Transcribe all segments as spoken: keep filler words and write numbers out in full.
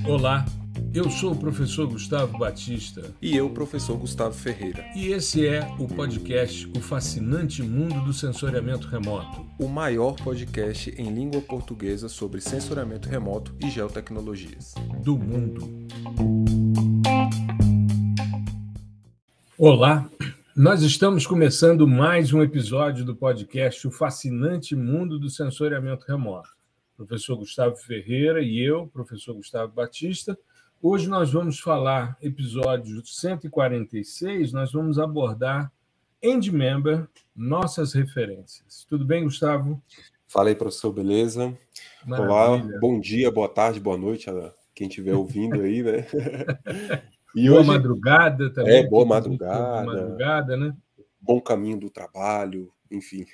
Olá, eu sou o professor Gustavo Batista. E eu, professor Gustavo Ferreira. E esse é o podcast O Fascinante Mundo do Sensoriamento Remoto. O maior podcast em língua portuguesa sobre sensoriamento remoto e geotecnologias. Do mundo. Olá, nós estamos começando mais um episódio do podcast O Fascinante Mundo do Sensoriamento Remoto. Professor Gustavo Ferreira e eu, professor Gustavo Batista. Hoje nós vamos falar, episódio cento e quarenta e seis, nós vamos abordar Endmember, nossas referências. Tudo bem, Gustavo? Fala aí, professor, beleza? Maravilha. Olá, bom dia, boa tarde, boa noite a quem estiver ouvindo aí, né? E boa hoje... madrugada também. É, boa madrugada. madrugada, né? Bom caminho do trabalho, enfim.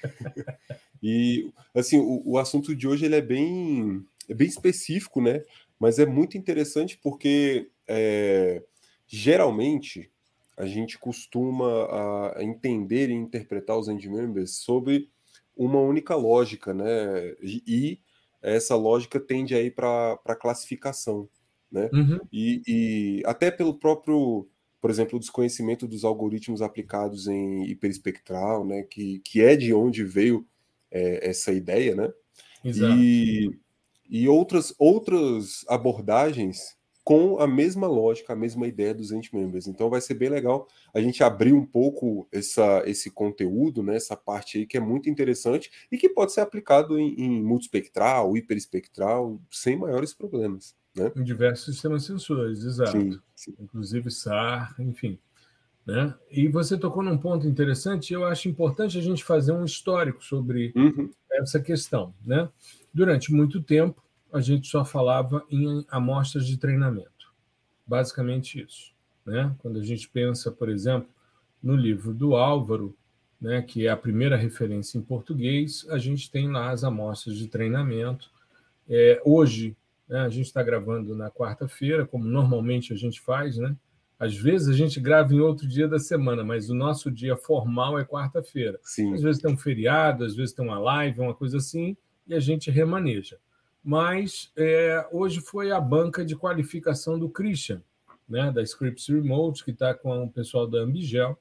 E, assim, o, o assunto de hoje ele é bem, é bem específico, né? Mas é muito interessante porque, é, geralmente, a gente costuma a entender e interpretar os endmembers sobre uma única lógica, né? E, e essa lógica tende a ir para a classificação, né? Uhum. E, e até pelo próprio, por exemplo, o desconhecimento dos algoritmos aplicados em hiperespectral, né? Que, que é de onde veio é, essa ideia, né? Exato. E, e outras, outras abordagens com a mesma lógica, a mesma ideia dos endmembers. Então vai ser bem legal a gente abrir um pouco essa, esse conteúdo, né, essa parte aí que é muito interessante e que pode ser aplicado em, em multiespectral, hiperespectral, sem maiores problemas. Né? Em diversos sistemas sensores, exato. Sim, sim. Inclusive S A R, enfim. Né? E você tocou num ponto interessante, e eu acho importante a gente fazer um histórico sobre uhum. essa questão. Né? Durante muito tempo, a gente só falava em amostras de treinamento. Basicamente isso. Né? Quando a gente pensa, por exemplo, no livro do Álvaro, né, que é a primeira referência em português, a gente tem lá as amostras de treinamento. É, hoje, né, a gente está gravando na quarta-feira, como normalmente a gente faz, né? Às vezes a gente grava em outro dia da semana, mas o nosso dia formal é quarta-feira. Sim. Às vezes tem um feriado, às vezes tem uma live, uma coisa assim, e a gente remaneja. Mas é, hoje foi a banca de qualificação do Christian, né, da Scripps Remote, que está com o pessoal da Ambigel.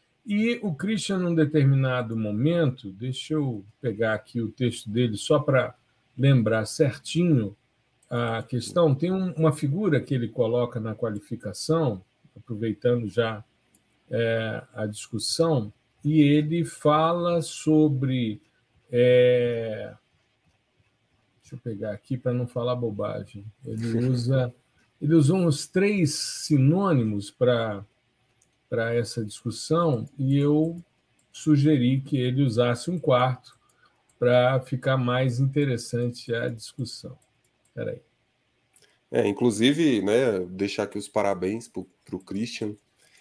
E o Christian, num determinado momento, deixa eu pegar aqui o texto dele só para lembrar certinho a questão, tem um, uma figura que ele coloca na qualificação, aproveitando já é, a discussão, e ele fala sobre... É, deixa eu pegar aqui para não falar bobagem. Ele usa, ele usou uns três sinônimos para para essa discussão e eu sugeri que ele usasse um quarto para ficar mais interessante a discussão. Espera aí. É, inclusive, né, deixar aqui os parabéns para o Christian.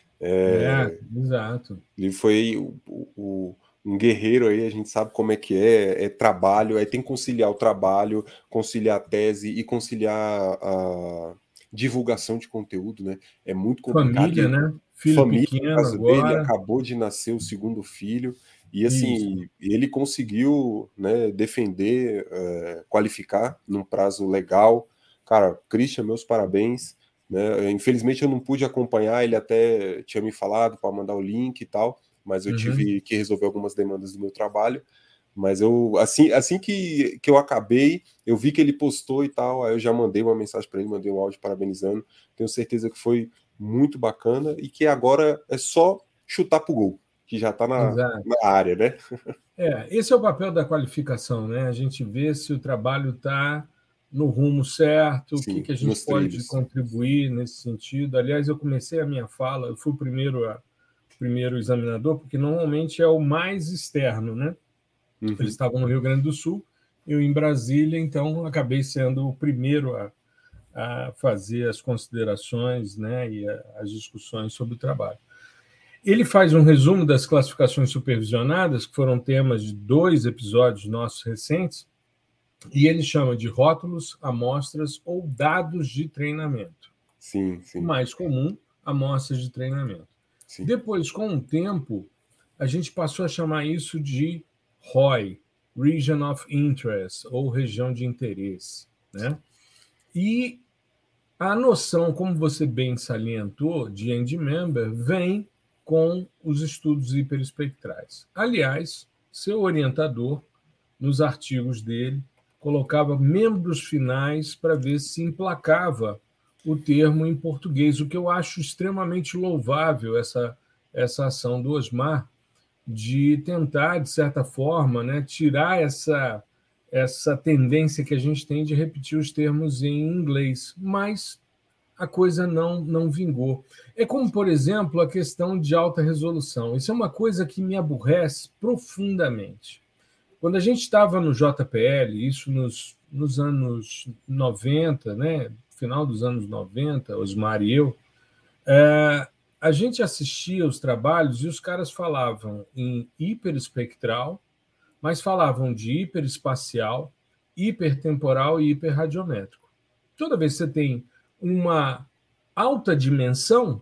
É, é, exato. Ele foi o, o, um guerreiro aí, a gente sabe como é que é, é trabalho, aí tem que conciliar o trabalho, conciliar a tese e conciliar a divulgação de conteúdo, né? É muito complicado. Família, né? Filho Família, pequeno no caso agora. dele, acabou de nascer o segundo filho, e assim, Isso. ele conseguiu, né, defender, é, qualificar num prazo legal. Cara, Christian, meus parabéns. Né? Infelizmente eu não pude acompanhar, ele até tinha me falado para mandar o link e tal, mas eu uhum. tive que resolver algumas demandas do meu trabalho. Mas eu, assim, assim que, que eu acabei, eu vi que ele postou e tal, aí eu já mandei uma mensagem para ele, mandei um áudio parabenizando. Tenho certeza que foi muito bacana e que agora é só chutar pro gol, que já está na, na área, né? É, esse é o papel da qualificação, né? A gente vê se o trabalho está no rumo certo, Sim, o que, que a gente pode trilhos. contribuir nesse sentido. Aliás, eu comecei a minha fala, eu fui o primeiro, a, primeiro examinador, porque normalmente é o mais externo, né? Uhum. Eles estavam no Rio Grande do Sul, eu em Brasília, então acabei sendo o primeiro a, a fazer as considerações, né, e a, as discussões sobre o trabalho. Ele faz um resumo das classificações supervisionadas, que foram temas de dois episódios nossos recentes, e ele chama de rótulos, amostras ou dados de treinamento. Sim, sim. O mais comum, amostras de treinamento. Sim. Depois, com o tempo, a gente passou a chamar isso de R O I, Region of Interest, ou região de interesse. Né? E a noção, como você bem salientou, de end-member vem com os estudos hiperespectrais. Aliás, seu orientador, nos artigos dele, colocava membros finais para ver se emplacava o termo em português, o que eu acho extremamente louvável, essa, essa ação do Osmar, de tentar, de certa forma, né, tirar essa, essa tendência que a gente tem de repetir os termos em inglês, mas a coisa não, não vingou. É como, por exemplo, a questão de alta resolução. Isso é uma coisa que me aborrece profundamente. Quando a gente estava no J P L, isso nos, nos anos noventa, né, final dos anos noventa, Osmar e eu, é, a gente assistia os trabalhos e os caras falavam em hiperespectral, mas falavam de hiperespacial, hipertemporal e hiperradiométrico. Toda vez que você tem uma alta dimensão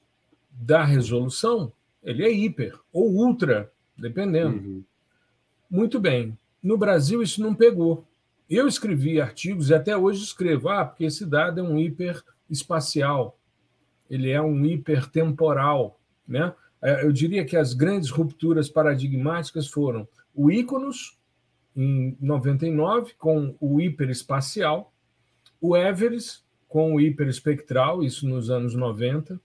da resolução, ele é hiper ou ultra, dependendo. Uhum. Muito bem. No Brasil, isso não pegou. Eu escrevi artigos e até hoje escrevo, ah, porque esse dado é um hiperespacial, ele é um hipertemporal, né? Eu diria que as grandes rupturas paradigmáticas foram o Iconos, em noventa e nove, com o hiperespacial, o Everest, com o hiperespectral, isso nos anos noventa,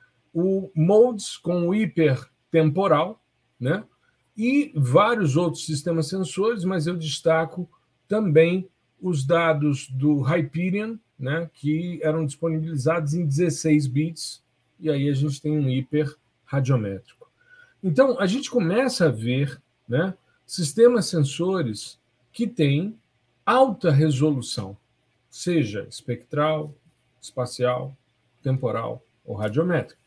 o MODES, com o hipertemporal, né? E vários outros sistemas sensores, mas eu destaco também os dados do Hyperion, né, que eram disponibilizados em dezesseis bits, e aí a gente tem um hiperradiométrico. Então, a gente começa a ver, né, sistemas sensores que têm alta resolução, seja espectral, espacial, temporal ou radiométrica.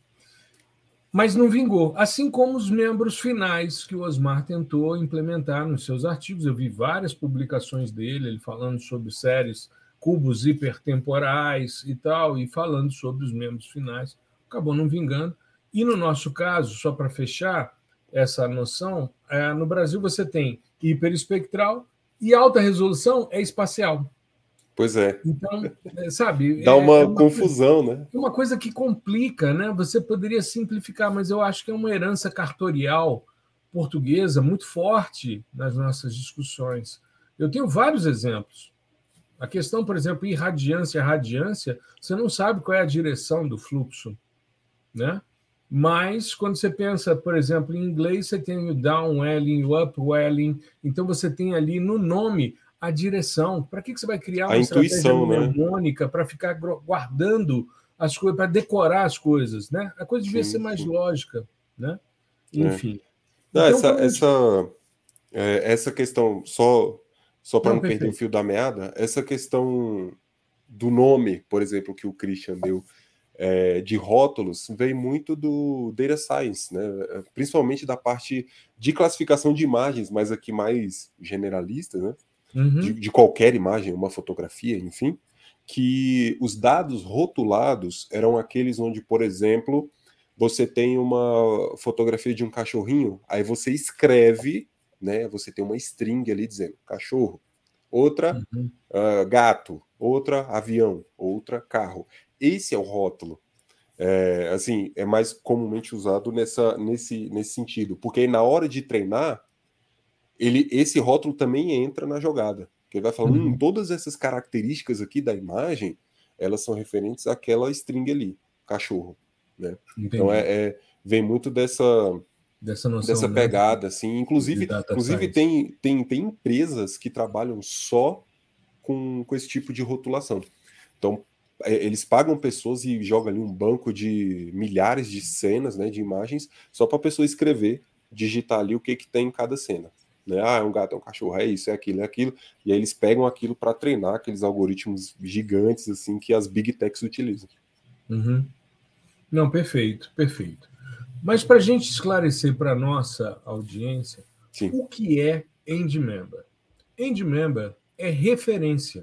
Mas não vingou, assim como os membros finais que o Osmar tentou implementar nos seus artigos. Eu vi várias publicações dele, ele falando sobre séries, cubos hipertemporais e tal, e falando sobre os membros finais. Acabou não vingando. E no nosso caso, só para fechar essa noção, é, no Brasil você tem hiperespectral e alta resolução é espacial. Pois é. Então, sabe... Dá é, uma, é uma confusão, coisa, né? É uma coisa que complica, né? Você poderia simplificar, mas eu acho que é uma herança cartorial portuguesa muito forte nas nossas discussões. Eu tenho vários exemplos. A questão, por exemplo, irradiância, radiância, você não sabe qual é a direção do fluxo, né? Mas, quando você pensa, por exemplo, em inglês, você tem o downwelling, o upwelling, então você tem ali no nome a direção. Para que você vai criar uma A estratégia intuição, né? mnemônica para ficar guardando as coisas, para decorar as coisas, né? A coisa devia Sim, ser mais sim. lógica, né? É. Enfim. Não, Então, essa, quando... essa, é, essa questão, só, só para Não, não perder o perfeito. fio da meada, essa questão do nome, por exemplo, que o Christian deu, é, de rótulos, vem muito do data science, né? Principalmente da parte de classificação de imagens, mas aqui mais generalista, né? Uhum. De, de qualquer imagem, uma fotografia, enfim, que os dados rotulados eram aqueles onde, por exemplo, você tem uma fotografia de um cachorrinho, aí você escreve, né? Você tem uma string ali dizendo cachorro, outra Uhum. uh, gato, outra avião, outra carro. Esse é o rótulo. É, assim, é mais comumente usado nessa, nesse, nesse sentido, porque aí na hora de treinar, ele, esse rótulo também entra na jogada. Que ele vai falar, Uhum. hum, todas essas características aqui da imagem, elas são referentes àquela string ali, cachorro, né? Então é, é, vem muito dessa dessa noção, dessa né, pegada, assim. Inclusive, inclusive tem, tem, tem empresas que trabalham só com, com esse tipo de rotulação. Então, eles pagam pessoas e jogam ali um banco de milhares de cenas, né, de imagens, só para a pessoa escrever, digitar ali o que, que tem em cada cena. Né? Ah, é um gato, é um cachorro, é isso, é aquilo, é aquilo. E aí eles pegam aquilo para treinar aqueles algoritmos gigantes assim que as big techs utilizam. Uhum. Não, perfeito, perfeito. Mas para a gente esclarecer para a nossa audiência, Sim. O que é end-member? End-member é referência.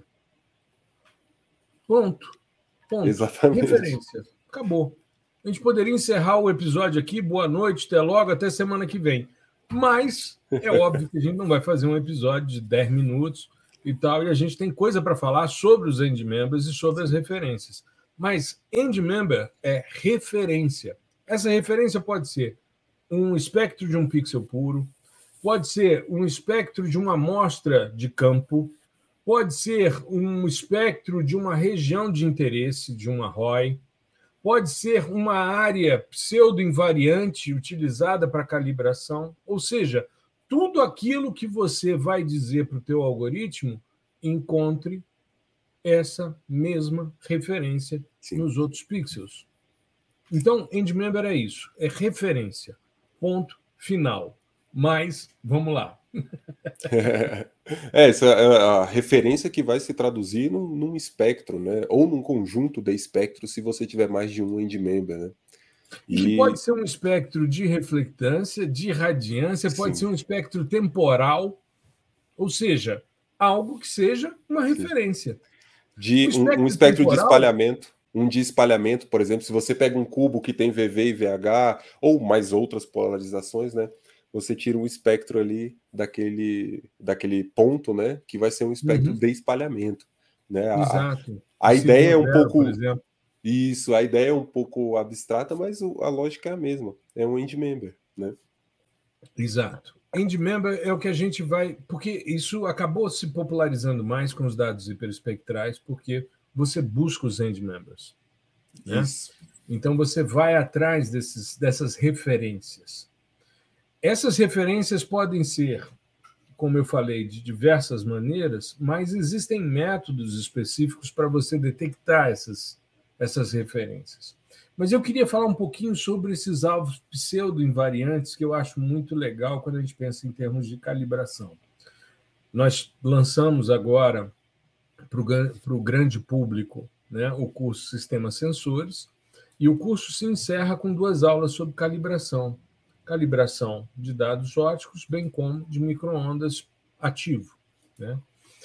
Ponto. Ponto. Exatamente. Referência. Acabou. A gente poderia encerrar o episódio aqui. Boa noite, até logo, até semana que vem. Mas é óbvio que a gente não vai fazer um episódio de dez minutos e tal, e a gente tem coisa para falar sobre os end-members e sobre as referências. Mas end member é referência. Essa referência pode ser um espectro de um pixel puro, pode ser um espectro de uma amostra de campo, pode ser um espectro de uma região de interesse, de uma R O I, pode ser uma área pseudo-invariante utilizada para calibração, ou seja, tudo aquilo que você vai dizer para o teu algoritmo, encontre essa mesma referência Sim. nos outros pixels. Então, end member é isso, é referência, ponto final. Mas, vamos lá. É, essa é a referência que vai se traduzir num, num espectro, né? Ou num conjunto de espectros, se você tiver mais de um end member, né? E que pode ser um espectro de reflectância, de radiância, pode Sim. ser um espectro temporal, ou seja, algo que seja uma Sim. referência. De um espectro, um espectro temporal, de espalhamento, um de espalhamento, por exemplo, se você pega um cubo que tem V V e V H, ou mais outras polarizações, né? Você tira um espectro ali daquele, daquele ponto, né? Que vai ser um espectro uhum. de espalhamento. Né? A, Exato. A, a ideia é um zero, pouco. Isso, a ideia é um pouco abstrata, mas a lógica é a mesma. É um end member, né? Exato. End member é o que a gente vai. Porque isso acabou se popularizando mais com os dados hiperespectrais, porque você busca os end members. Né? Isso. Então você vai atrás desses, dessas referências. Essas referências podem ser, como eu falei, de diversas maneiras, mas existem métodos específicos para você detectar essas, essas referências. Mas eu queria falar um pouquinho sobre esses alvos pseudo-invariantes, que eu acho muito legal quando a gente pensa em termos de calibração. Nós lançamos agora para o grande público, né, o curso Sistemas Sensores, e o curso se encerra com duas aulas sobre calibração. Calibração de dados óticos, bem como de micro-ondas ativo. Né?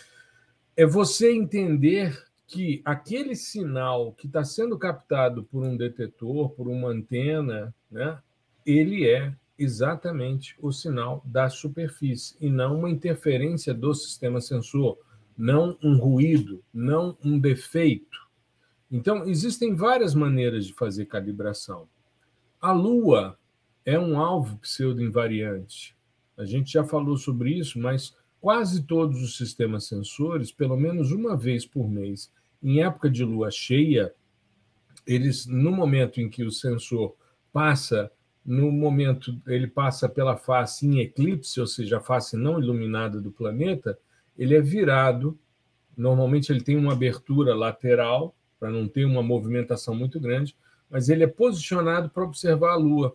É você entender que aquele sinal que está sendo captado por um detetor, por uma antena, né, ele é exatamente o sinal da superfície e não uma interferência do sistema sensor, não um ruído, não um defeito. Então, existem várias maneiras de fazer calibração. A Lua é um alvo pseudo-invariante. A gente já falou sobre isso, mas quase todos os sistemas sensores, pelo menos uma vez por mês, em época de lua cheia, eles, no momento em que o sensor passa, no momento ele passa pela face em eclipse, ou seja, a face não iluminada do planeta, ele é virado. Normalmente ele tem uma abertura lateral, para não ter uma movimentação muito grande, mas ele é posicionado para observar a Lua.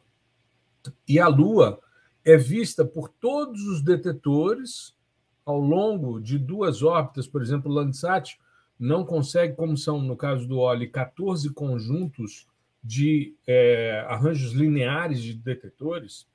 E a Lua é vista por todos os detetores ao longo de duas órbitas. Por exemplo, o Landsat não consegue, como são, no caso do O L I, quatorze conjuntos de é, arranjos lineares de detetores,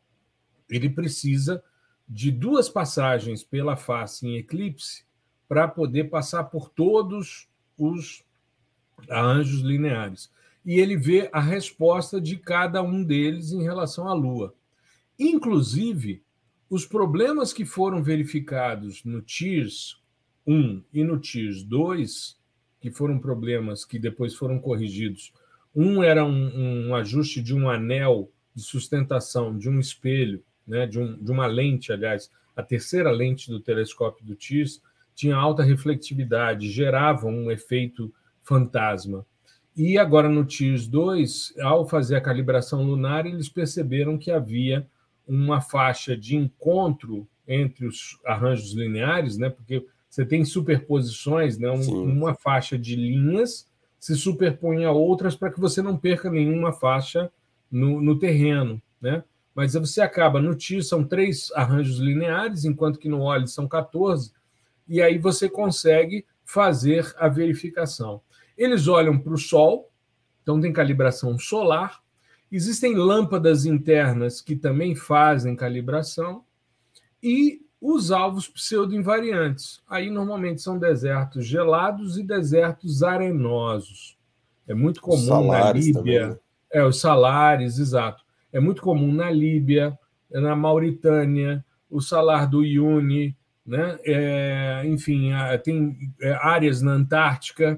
ele precisa de duas passagens pela face em eclipse para poder passar por todos os arranjos lineares. E ele vê a resposta de cada um deles em relação à Lua. Inclusive, os problemas que foram verificados no T I R S um e no T I R S dois, que foram problemas que depois foram corrigidos, um era um, um ajuste de um anel de sustentação de um espelho, né, de, um, de uma lente, aliás, a terceira lente do telescópio do T I R S tinha alta reflectividade, gerava um efeito fantasma. E agora, no T I R S dois, ao fazer a calibração lunar, eles perceberam que havia uma faixa de encontro entre os arranjos lineares, né? Porque você tem superposições, né? Um, uma faixa de linhas se superpõe a outras para que você não perca nenhuma faixa no, no terreno, né? Mas você acaba, no T I R S são três arranjos lineares, enquanto que no O L I são quatorze, e aí você consegue fazer a verificação. Eles olham para o Sol, então tem calibração solar. Existem lâmpadas internas que também fazem calibração. E os alvos pseudo-invariantes. Aí, normalmente, são desertos gelados e desertos arenosos. É muito comum na Líbia... Também, né? É, os salares, exato. É muito comum na Líbia, na Mauritânia, o salar do Uyuni, né? É, enfim, tem áreas na Antártica.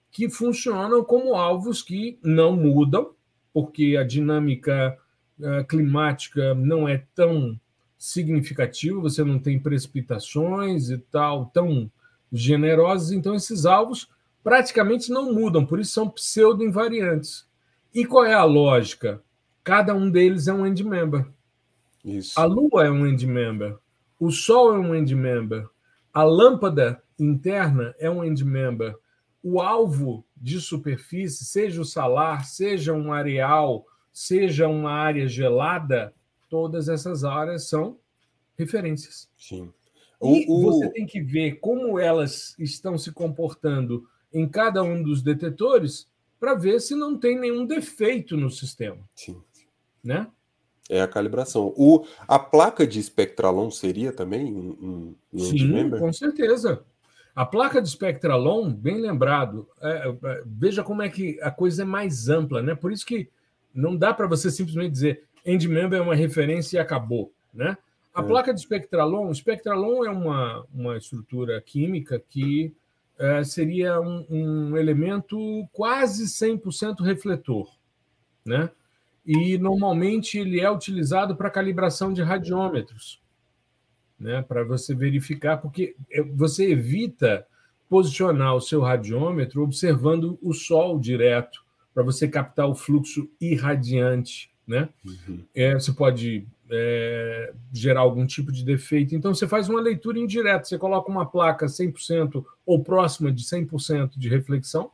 que funcionam como alvos que não mudam, porque a dinâmica uh, climática não é tão significativa, você não tem precipitações e tal tão generosas, então esses alvos praticamente não mudam, por isso são pseudo-invariantes. E qual é a lógica? Cada um deles é um end-member. Isso. A Lua é um end-member, o Sol é um end-member, a lâmpada interna é um end-member, o alvo de superfície, seja o salar, seja um areal, seja uma área gelada, todas essas áreas são referências. Sim. E O, o... você tem que ver como elas estão se comportando em cada um dos detetores para ver se não tem nenhum defeito no sistema. Sim. Né? É a calibração. O, a placa de Spectralon seria também um, um Sim, end-member? com certeza. A placa de Spectralon, bem lembrado, é, é, veja como é que a coisa é mais ampla, né? Por isso que não dá para você simplesmente dizer end-member é uma referência e acabou, né? A é. placa de Spectralon, Spectralon é uma, uma estrutura química que é, seria um, um elemento quase cem por cento refletor, né? E normalmente ele é utilizado para calibração de radiômetros, né, para você verificar, porque você evita posicionar o seu radiômetro observando o Sol direto, para você captar o fluxo irradiante. Né? Uhum. É, você pode é, gerar algum tipo de defeito. Então, você faz uma leitura indireta, você coloca uma placa cem por cento ou próxima de cem por cento de reflexão,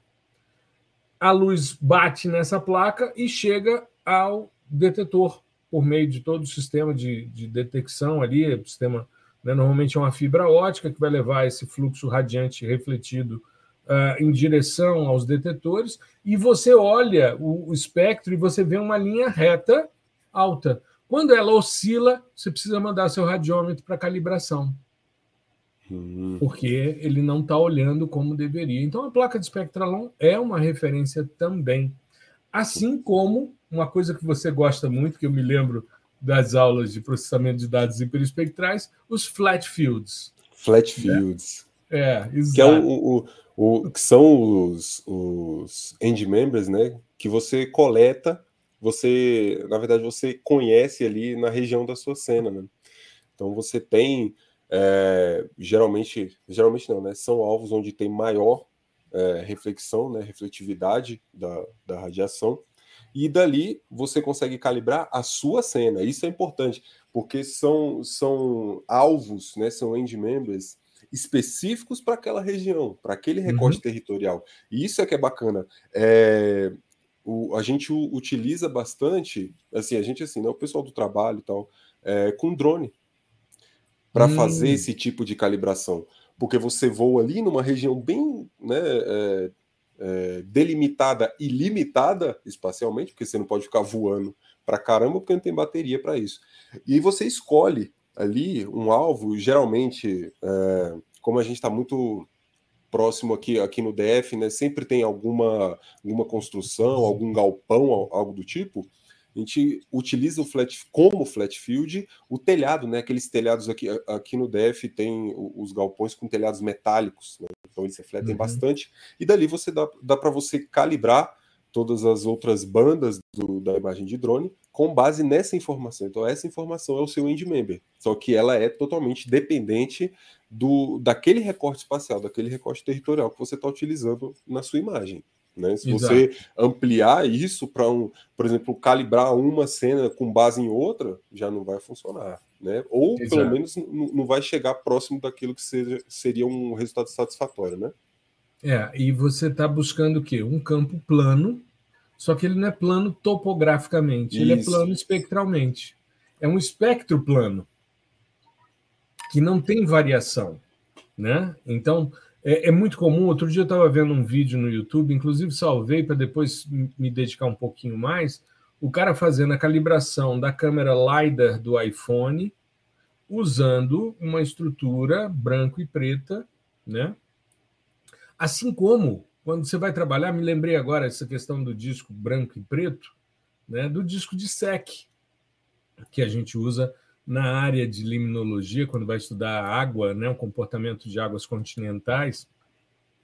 a luz bate nessa placa e chega ao detetor, por meio de todo o sistema de, de detecção ali, o sistema, né, normalmente é uma fibra ótica que vai levar esse fluxo radiante refletido uh, em direção aos detetores, e você olha o, o espectro e você vê uma linha reta alta. Quando ela oscila, você precisa mandar seu radiômetro para calibração, hum. porque ele não está olhando como deveria. Então, a placa de Spectralon é uma referência também. Assim como uma coisa que você gosta muito, que eu me lembro das aulas de processamento de dados hiperespectrais, os flat fields. Flat fields. É, é exato. Que, é o, o, o, que são os, os end members, né? Que você coleta, você, na verdade, você conhece ali na região da sua cena, né? Então você tem, é, geralmente, geralmente não, né? São alvos onde tem maior é, reflexão, né? Refletividade da, da radiação. E dali você consegue calibrar a sua cena. Isso é importante, porque são, são alvos, né? São end members específicos para aquela região, para aquele recorte uhum. territorial. E isso é que é bacana. É, o, a gente o, utiliza bastante, assim, a gente assim, né? O pessoal do trabalho e tal, é, com drone, para hum. fazer esse tipo de calibração. Porque você voa ali numa região bem, né? É, É, delimitada e limitada espacialmente, porque você não pode ficar voando para caramba, porque não tem bateria para isso. E aí você escolhe ali um alvo, geralmente, é, como a gente está muito próximo aqui, aqui no D F, né, sempre tem alguma, alguma construção, algum galpão, algo do tipo. A gente utiliza o flat como flat field, o telhado, né? Aqueles telhados aqui, aqui no D F tem os galpões com telhados metálicos, né? Então eles refletem uhum. bastante, e dali você dá, dá para você calibrar todas as outras bandas do, da imagem de drone com base nessa informação. Então essa informação é o seu end member, só que ela é totalmente dependente do, daquele recorte espacial, daquele recorte territorial que você está utilizando na sua imagem. Né? Se Exato. Você ampliar isso para, um, por exemplo, calibrar uma cena com base em outra, já não vai funcionar. Né? Ou, Exato. Pelo menos, não vai chegar próximo daquilo que seja, seria um resultado satisfatório. Né? É, e você está buscando o quê? Um campo plano, só que ele não é plano topograficamente, isso. Ele é plano espectralmente. É um espectro plano, que não tem variação. Né? Então, é, é muito comum. Outro dia eu estava vendo um vídeo no YouTube, inclusive salvei para depois me dedicar um pouquinho mais, o cara fazendo a calibração da câmera LiDAR do iPhone usando uma estrutura branco e preta, né? Assim como, quando você vai trabalhar, me lembrei agora essa questão do disco branco e preto, né? Do disco de S E C, que a gente usa na área de limnologia, quando vai estudar água, né, o comportamento de águas continentais.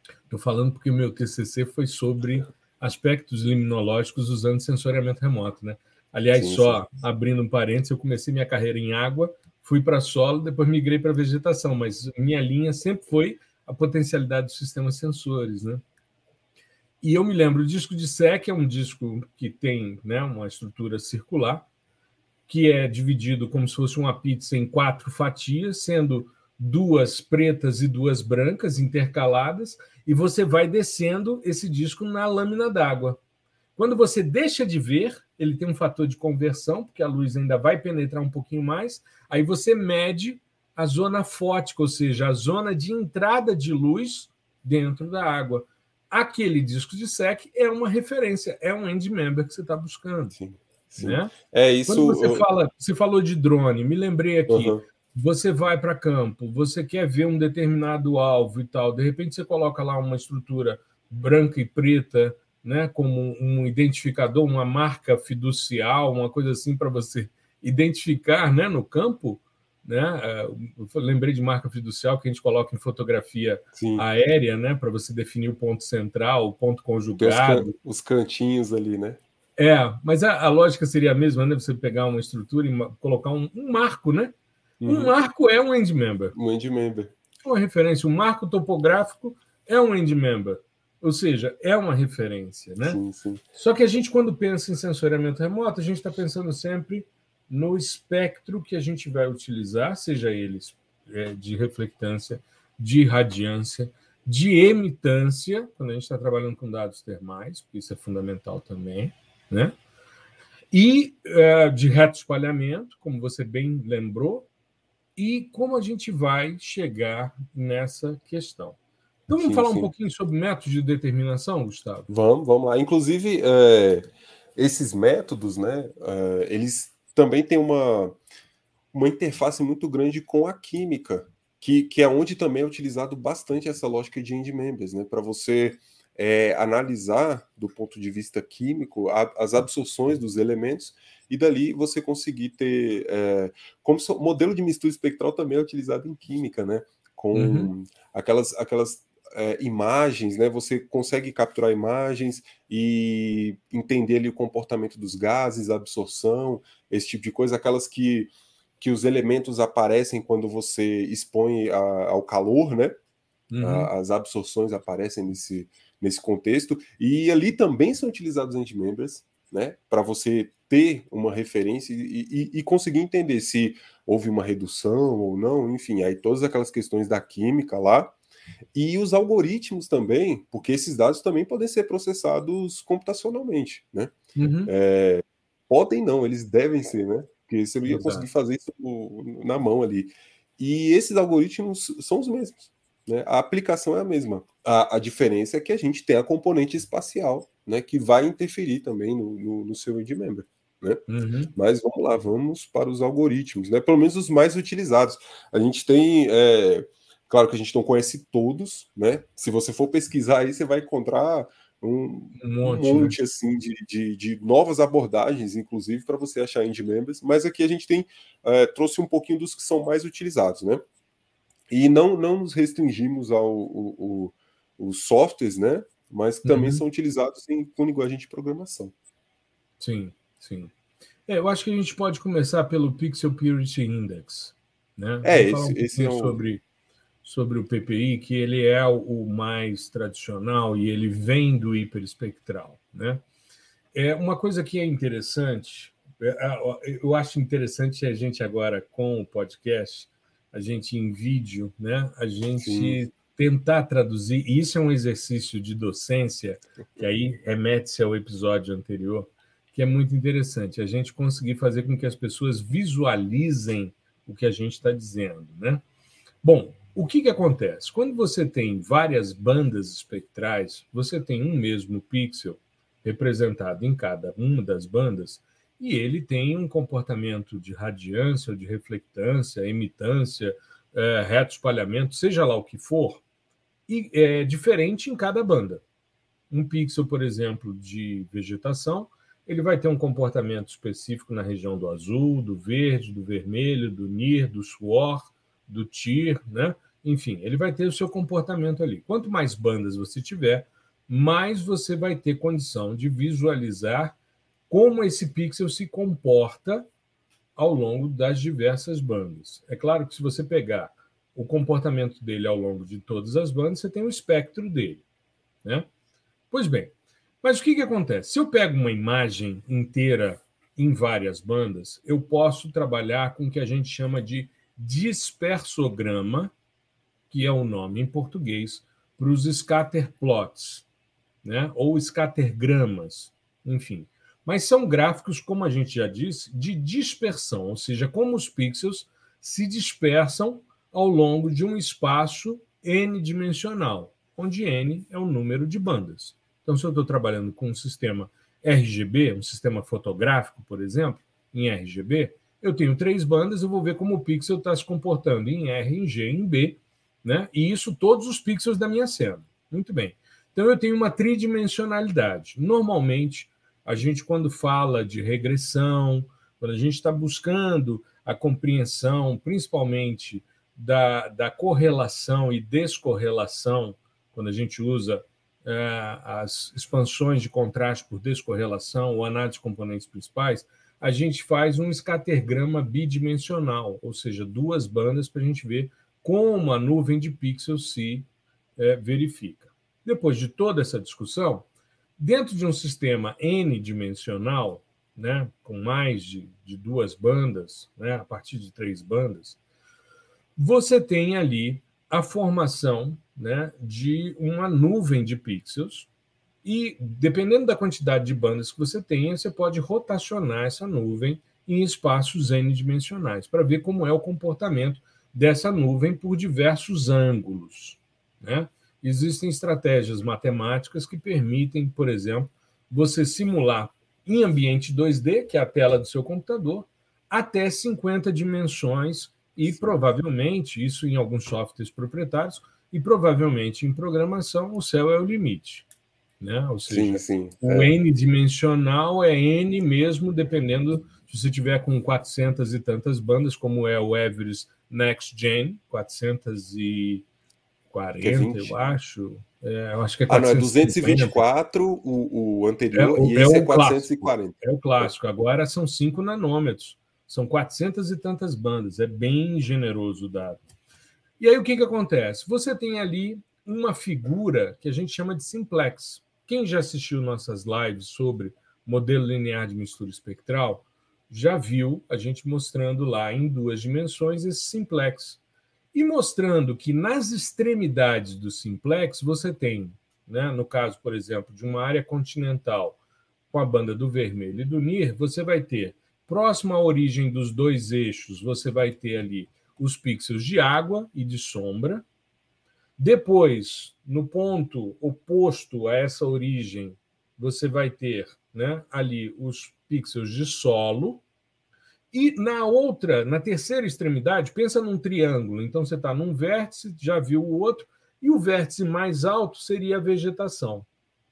Estou falando porque o meu T C C foi sobre aspectos liminológicos usando sensoriamento remoto, né? Aliás, Sim, sim. só abrindo um parênteses, eu comecei minha carreira em água, fui para solo, depois migrei para vegetação, mas minha linha sempre foi a potencialidade dos sistemas sensores, né? E eu me lembro, o disco de S E C é um disco que tem, né, uma estrutura circular, que é dividido como se fosse uma pizza em quatro fatias, sendo duas pretas e duas brancas intercaladas, e você vai descendo esse disco na lâmina d'água. Quando você deixa de ver, ele tem um fator de conversão, porque a luz ainda vai penetrar um pouquinho mais, aí você mede a zona fótica, ou seja, a zona de entrada de luz dentro da água. Aquele disco de S E C é uma referência, é um end member que você está buscando. Sim, sim. Né? É isso. Quando você eu... fala, você falou de drone, me lembrei aqui. Uhum. Você vai para campo, você quer ver um determinado alvo e tal, de repente você coloca lá uma estrutura branca e preta, né, como um identificador, uma marca fiducial, uma coisa assim para você identificar, né, no campo, né? Eu lembrei de marca fiducial que a gente coloca em fotografia Sim. aérea, né, para você definir o ponto central, o ponto conjugado. Tem os, can... os cantinhos ali, né? É, mas a, a lógica seria a mesma, né? Você pegar uma estrutura e uma, colocar um, um marco, né? Uhum. Um marco é um end member. Um end member. Uma referência. Um marco topográfico é um end member. Ou seja, é uma referência, né? Sim, sim. Só que a gente, quando pensa em sensoriamento remoto, a gente está pensando sempre no espectro que a gente vai utilizar, seja eles é, de reflectância, de radiância, de emitância, quando a gente está trabalhando com dados termais, porque isso é fundamental também, né? E é, de reto espalhamento, como você bem lembrou, e como a gente vai chegar nessa questão. Então, vamos Sim, falar sim. um pouquinho sobre métodos de determinação, Gustavo? Vamos, vamos lá. Inclusive, é, esses métodos, né, é, eles também têm uma, uma interface muito grande com a química, que, que é onde também é utilizado bastante essa lógica de end members, né, para você é, analisar do ponto de vista químico a, as absorções dos elementos e dali você conseguir ter, é, como so, modelo de mistura espectral também é utilizado em química, né, com uhum. aquelas, aquelas é, imagens, né, você consegue capturar imagens e entender ali o comportamento dos gases, a absorção, esse tipo de coisa, aquelas que que os elementos aparecem quando você expõe a, ao calor, né? Uhum. A, as absorções aparecem nesse, nesse contexto, e ali também são utilizados end members, né? Para você ter uma referência e, e, e conseguir entender se houve uma redução ou não, enfim, aí todas aquelas questões da química lá, e os algoritmos também, porque esses dados também podem ser processados computacionalmente, né? Uhum. É, podem não, eles devem ser, né? Porque você não ia Exato. Conseguir fazer isso na mão ali. E esses algoritmos são os mesmos, né? A aplicação é a mesma. A, a diferença é que a gente tem a componente espacial, né? Que vai interferir também no, no, no seu end member, né? Uhum. Mas vamos lá, vamos para os algoritmos, né? Pelo menos os mais utilizados. A gente tem, é, claro que a gente não conhece todos, né? Se você for pesquisar aí, você vai encontrar Um, um monte, um monte né? assim, de, de, de novas abordagens, inclusive, para você achar end members, mas aqui a gente tem é, trouxe um pouquinho dos que são mais utilizados, né? E não, não nos restringimos ao, ao, ao, aos softwares, né? Mas que também uhum. são utilizados em, com linguagem de programação. Sim, sim. É, eu acho que a gente pode começar pelo Pixel Purity Index, né? É, Vamos falar esse, um esse é o... sobre sobre o P P I, que ele é o mais tradicional e ele vem do hiperespectral, né? É uma coisa que é interessante, eu acho interessante a gente agora com o podcast, a gente em vídeo, né? A gente Sim. tentar traduzir, e isso é um exercício de docência, que aí remete-se ao episódio anterior, que é muito interessante, a gente conseguir fazer com que as pessoas visualizem o que a gente está dizendo, né? Bom, o que, que acontece? Quando você tem várias bandas espectrais, você tem um mesmo pixel representado em cada uma das bandas e ele tem um comportamento de radiância, de reflectância, emitância, é, reto espalhamento, seja lá o que for, e é diferente em cada banda. Um pixel, por exemplo, de vegetação, ele vai ter um comportamento específico na região do azul, do verde, do vermelho, do N I R, do suor, do T I R, né? enfim, ele vai ter o seu comportamento ali. Quanto mais bandas você tiver, mais você vai ter condição de visualizar como esse pixel se comporta ao longo das diversas bandas. É claro que se você pegar o comportamento dele ao longo de todas as bandas, você tem o espectro dele, né? Pois bem, mas o que, que acontece? Se eu pego uma imagem inteira em várias bandas, eu posso trabalhar com o que a gente chama de dispersograma, que é o nome em português, para os scatter plots, né? Ou scattergramas, enfim. Mas são gráficos, como a gente já disse, de dispersão, ou seja, como os pixels se dispersam ao longo de um espaço n-dimensional, onde n é o número de bandas. Então, se eu estou trabalhando com um sistema R G B, um sistema fotográfico, por exemplo, em R G B, eu tenho três bandas, eu vou ver como o pixel está se comportando em R, em G, em B, né? E isso todos os pixels da minha cena. Muito bem. Então, eu tenho uma tridimensionalidade. Normalmente, a gente, quando fala de regressão, quando a gente está buscando a compreensão, principalmente da, da correlação e descorrelação, quando a gente usa é, as expansões de contraste por descorrelação ou análise de componentes principais, a gente faz um scattergrama bidimensional, ou seja, duas bandas para a gente ver como a nuvem de pixels se é, verifica. Depois de toda essa discussão, dentro de um sistema n-dimensional, né, com mais de, de duas bandas, né, a partir de três bandas, você tem ali a formação, né, de uma nuvem de pixels e, dependendo da quantidade de bandas que você tenha, você pode rotacionar essa nuvem em espaços n-dimensionais para ver como é o comportamento dessa nuvem por diversos ângulos, né? Existem estratégias matemáticas que permitem, por exemplo, você simular em ambiente dois D, que é a tela do seu computador, até cinquenta dimensões e provavelmente, isso em alguns softwares proprietários, e provavelmente em programação, o céu é o limite, né? Ou seja, sim, sim, o é. n-dimensional é n mesmo, dependendo se você tiver com quatrocentas e tantas bandas, como é o Everest Next Gen, quatrocentos e quarenta, eu acho. É, eu acho que é ah, não, é quatrocentos e cinquenta. duzentos e vinte e quatro o, o anterior, é, o, e é esse é o quatrocentos e clássico. quarenta. É o clássico. Agora são cinco nanômetros. São quatrocentas e tantas bandas. É bem generoso o dado. E aí o que, que acontece? Você tem ali uma figura que a gente chama de simplex. Quem já assistiu nossas lives sobre modelo linear de mistura espectral já viu a gente mostrando lá em duas dimensões esse simplex. E mostrando que nas extremidades do simplex você tem, né, no caso, por exemplo, de uma área continental com a banda do vermelho e do N I R, você vai ter, próximo à origem dos dois eixos, você vai ter ali os pixels de água e de sombra. Depois, no ponto oposto a essa origem, você vai ter, né, ali os pixels de solo. E na outra, na terceira extremidade, pensa num triângulo. Então, você está num vértice, já viu o outro, e o vértice mais alto seria a vegetação.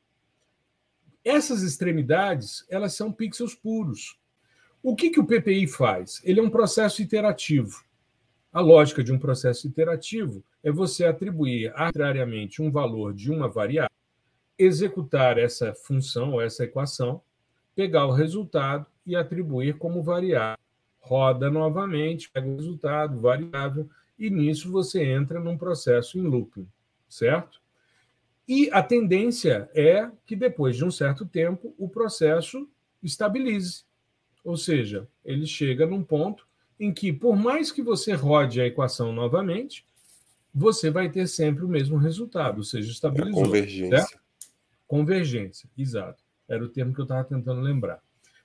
Essas extremidades, elas são pixels puros. O que, que o P P I faz? Ele é um processo iterativo. A lógica de um processo iterativo é você atribuir arbitrariamente um valor de uma variável, executar essa função, essa equação, pegar o resultado e atribuir como variável. Roda novamente, pega o resultado, variável, e nisso você entra num processo em looping, certo? E a tendência é que depois de um certo tempo o processo estabilize, ou seja, ele chega num ponto em que, por mais que você rode a equação novamente, você vai ter sempre o mesmo resultado, ou seja, estabilizou. É a convergência. Certo? Convergência, exato. Era o termo que eu estava tentando lembrar.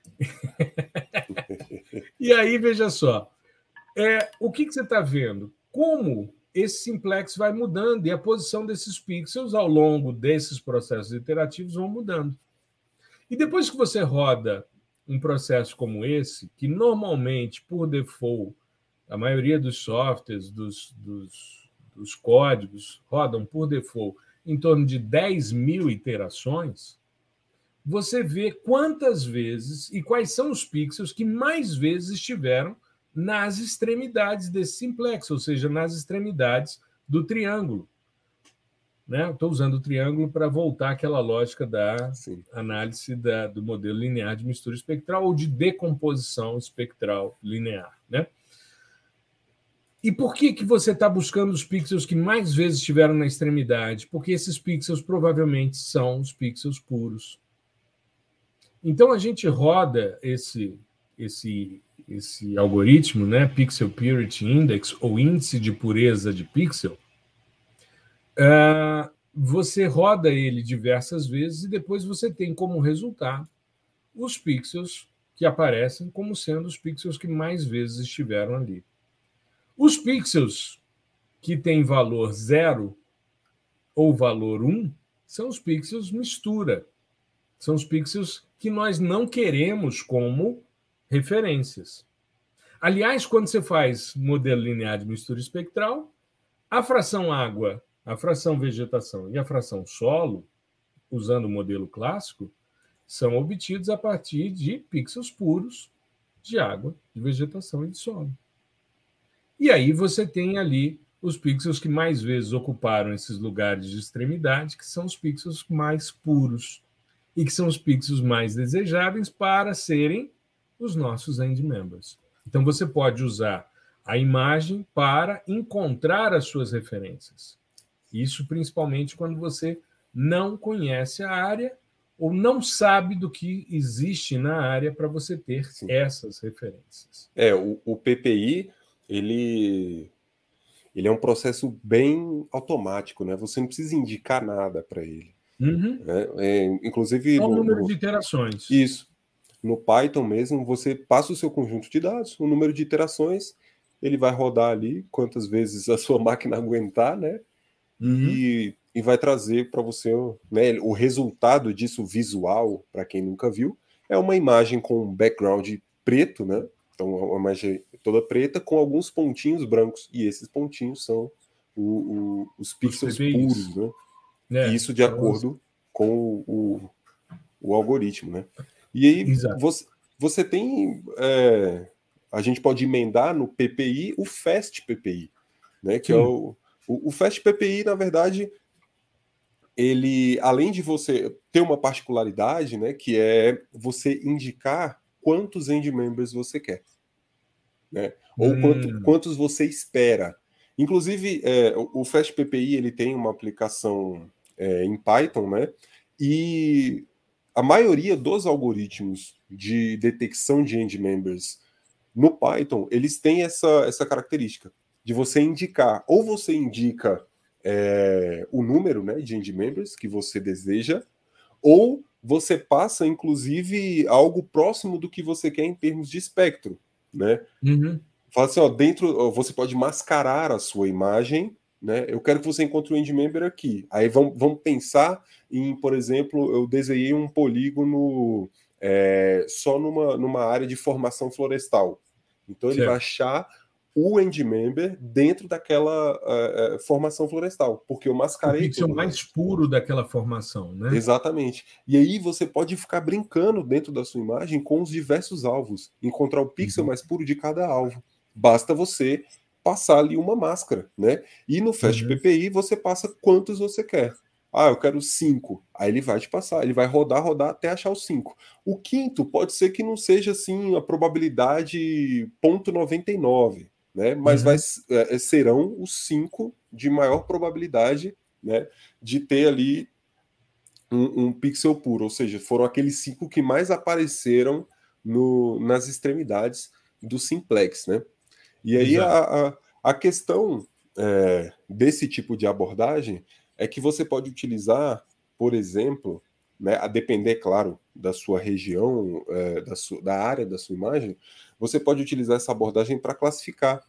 E aí, veja só, é, o que, que você está vendo? Como esse simplex vai mudando e a posição desses pixels ao longo desses processos iterativos vão mudando. E depois que você roda um processo como esse, que normalmente, por default, a maioria dos softwares, dos, dos, dos códigos, rodam por default em torno de dez mil iterações, você vê quantas vezes e quais são os pixels que mais vezes estiveram nas extremidades desse simplex, ou seja, nas extremidades do triângulo. Né? Estou usando o triângulo para voltar àquela lógica da Sim. análise da, do modelo linear de mistura espectral ou de decomposição espectral linear. Né? E por que, que você está buscando os pixels que mais vezes estiveram na extremidade? Porque esses pixels provavelmente são os pixels puros. Então, a gente roda esse, esse, esse algoritmo, né, Pixel Purity Index, ou índice de pureza de pixel, uh, você roda ele diversas vezes e depois você tem como resultado os pixels que aparecem como sendo os pixels que mais vezes estiveram ali. Os pixels que têm valor zero ou valor um são os pixels mistura. São os pixels que nós não queremos como referências. Aliás, quando você faz modelo linear de mistura espectral, a fração água, a fração vegetação e a fração solo, usando o modelo clássico, são obtidos a partir de pixels puros de água, de vegetação e de solo. E aí você tem ali os pixels que mais vezes ocuparam esses lugares de extremidade, que são os pixels mais puros e que são os pixels mais desejáveis para serem os nossos end members. Então, você pode usar a imagem para encontrar as suas referências. Isso principalmente quando você não conhece a área ou não sabe do que existe na área para você ter Sim. essas referências. É, o, o P P I, ele, ele é um processo bem automático, né? Você não precisa indicar nada para ele. Uhum. É, é, inclusive... Só o no, número no, de iterações. Isso. No Python mesmo, você passa o seu conjunto de dados, o número de iterações, ele vai rodar ali quantas vezes a sua máquina aguentar, né? Uhum. E, e vai trazer para você, né, o resultado disso visual, para quem nunca viu, é uma imagem com um background preto, né? Então, uma imagem toda preta com alguns pontinhos brancos. E esses pontinhos são o, o, os pixels os puros, né? É, e isso de acordo as... com o, o, o algoritmo, né? E aí você, você tem... É, a gente pode emendar no P P I o Fast P P I, né? Que Sim. é o, o, o Fast P P I, na verdade, ele, além de você ter uma particularidade, né? Que é você indicar quantos end members você quer, né? Ou hum. quanto, quantos você espera. Inclusive, é, o Fast P P I ele tem uma aplicação é, em Python, né? E a maioria dos algoritmos de detecção de end members no Python, eles têm essa, essa característica de você indicar, ou você indica é, o número, né, de end members que você deseja, ou você passa, inclusive, algo próximo do que você quer em termos de espectro, né? Uhum. Fala assim, ó, dentro, você pode mascarar a sua imagem, né? Eu quero que você encontre o end member aqui. Aí vamos, vamos pensar em, por exemplo, eu desenhei um polígono é, só numa, numa área de formação florestal. Então ele certo. vai achar o end member dentro daquela uh, uh, formação florestal, porque eu mascarei o pixel mais puro daquela formação, né? Exatamente. E aí você pode ficar brincando dentro da sua imagem com os diversos alvos, encontrar o pixel uhum. mais puro de cada alvo. Basta você passar ali uma máscara, né? E no Fast uhum. P P I você passa quantos você quer. Ah, eu quero cinco. Aí ele vai te passar, ele vai rodar, rodar até achar os cinco. O quinto pode ser que não seja assim a probabilidade zero vírgula noventa e nove, né? Mas uhum. vai, é, serão os cinco de maior probabilidade, né, de ter ali um, um pixel puro, ou seja, foram aqueles cinco que mais apareceram no, nas extremidades do simplex, né? E aí a, a, a questão é, desse tipo de abordagem é que você pode utilizar, por exemplo, né, a depender, claro, da sua região, é, da, sua, da área da sua imagem, você pode utilizar essa abordagem para classificar.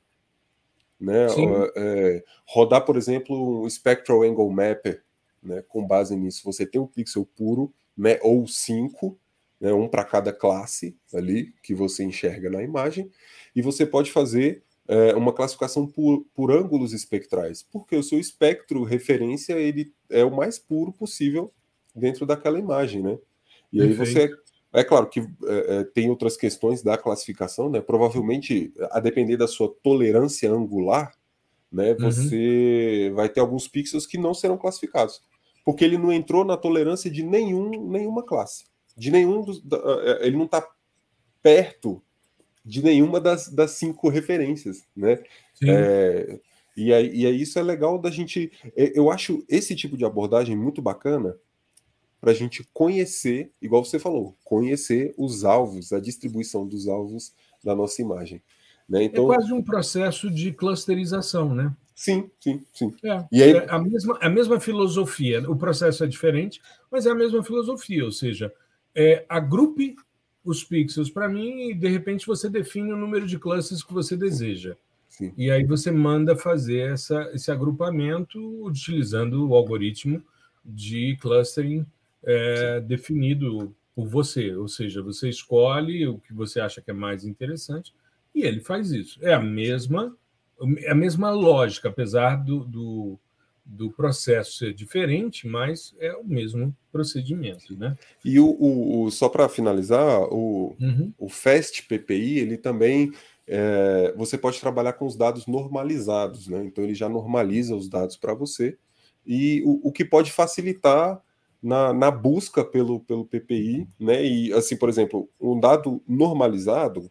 Né? É, rodar, por exemplo, um Spectral Angle Mapper, né? Com base nisso, você tem um pixel puro, né, ou cinco, né, um para cada classe ali que você enxerga na imagem, e você pode fazer é, uma classificação por, por ângulos espectrais, porque o seu espectro referência ele é o mais puro possível dentro daquela imagem, né? E Perfeito. aí você... É claro que é, tem outras questões da classificação, né? Provavelmente, a depender da sua tolerância angular, né, Uhum. você vai ter alguns pixels que não serão classificados, porque ele não entrou na tolerância de nenhum, nenhuma classe, de nenhum dos, da, ele não está perto de nenhuma das, das cinco referências, né? Sim. É, e, aí, e aí isso é legal da gente. Eu acho esse tipo de abordagem muito bacana para a gente conhecer, igual você falou, conhecer os alvos, a distribuição dos alvos da nossa imagem. Né? É Então, quase um processo de clusterização, né? sim, sim, sim. É, E aí, é a mesma, a mesma filosofia. O processo é diferente, mas é a mesma filosofia. Ou seja, é, agrupe os pixels para mim e, de repente, você define o número de clusters que você deseja. sim. E aí você manda fazer essa, esse agrupamento utilizando o algoritmo de clustering é, definido por você. Ou seja, você escolhe o que você acha que é mais interessante e ele faz isso. É a mesma, é a mesma lógica, apesar do, do, do processo ser diferente, mas é o mesmo procedimento, né? E o, o, o só para finalizar, o, Uhum. o Fast P P I, ele também é, você pode trabalhar com os dados normalizados, né? Então ele já normaliza os dados para você, e o, o que pode facilitar na, na busca pelo, pelo P P I, né? E assim, por exemplo, um dado normalizado,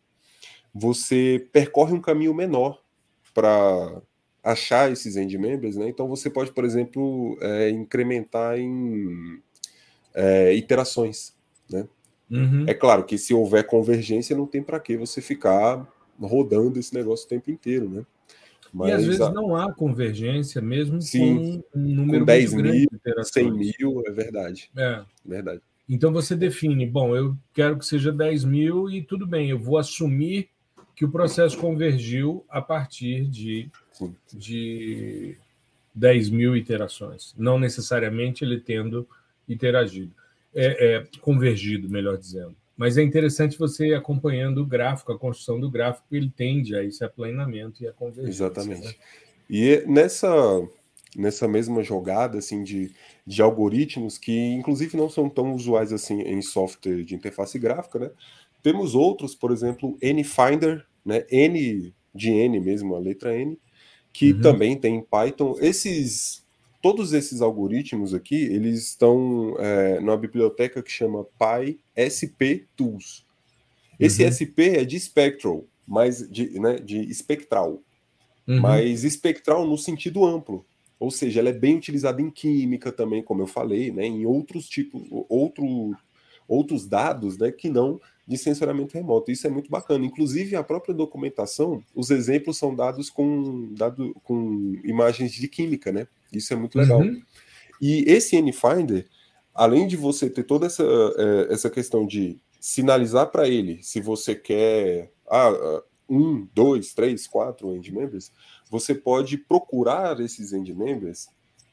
você percorre um caminho menor para achar esses end members, né? Então você pode, por exemplo, é, incrementar em é, iterações, né? É Uhum. claro que se houver convergência, não tem para que você ficar rodando esse negócio o tempo inteiro, né? E às Mas vezes a, não há convergência, mesmo sim, com um com número muito dez grande mil, de cem interações. mil, é verdade. É. Verdade. Então você define, bom, eu quero que seja dez mil e tudo bem, eu vou assumir que o processo convergiu a partir de, Sim. de dez mil iterações, não necessariamente ele tendo interagido, é, é, convergido, melhor dizendo. Mas é interessante você ir acompanhando o gráfico, a construção do gráfico, ele tende a esse aplanamento e a convergência. Né? Exatamente. E nessa, nessa mesma jogada assim, de, de algoritmos, que inclusive não são tão usuais assim em software de interface gráfica, né? Temos outros, por exemplo, NFinder, né? N de N mesmo, a letra N, que Uhum, também tem em Python. Esses, todos esses algoritmos aqui, eles estão é, numa biblioteca que chama PySPTools. Esse uhum, S P é de spectral, mas de, né, de espectral, uhum, mas espectral no sentido amplo. Ou seja, ela é bem utilizada em química também, como eu falei, né, em outros tipos, outro, outros dados, né, que não de sensoriamento remoto. Isso é muito bacana. Inclusive, a própria documentação, os exemplos são dados com, dado, com imagens de química, né? Isso é muito legal. uhum, E esse NFinder, além de você ter toda essa, essa questão de sinalizar para ele se você quer ah, um, dois, três, quatro end members, você pode procurar esses end members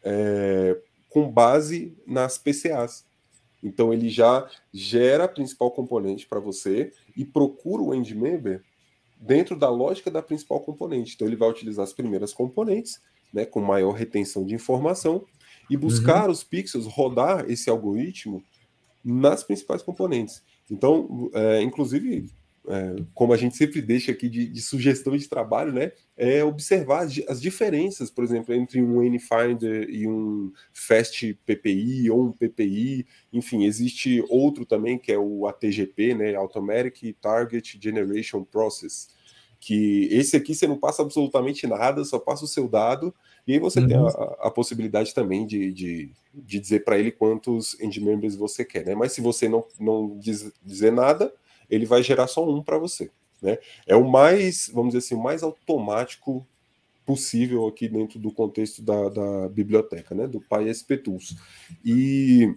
é, com base nas P C As. Então ele já gera a principal componente para você e procura o end member dentro da lógica da principal componente. Então ele vai utilizar as primeiras componentes, né, com maior retenção de informação e uhum. buscar os pixels, rodar esse algoritmo nas principais componentes. Então, é, inclusive, é, como a gente sempre deixa aqui de, de sugestão de trabalho, né, é observar as, as diferenças, por exemplo, entre um NFinder e um Fast P P I ou um P P I. Enfim, existe outro também que é o A T G P, né, Automatic Target Generation Process, que esse aqui você não passa absolutamente nada, só passa o seu dado, e aí você tem a, Uhum. a possibilidade também de, de, de dizer para ele quantos end members você quer, né? Mas se você não, não diz, dizer nada, ele vai gerar só um para você, né? É o mais, vamos dizer assim, o mais automático possível aqui dentro do contexto da, da biblioteca, né? Do PySPTools. E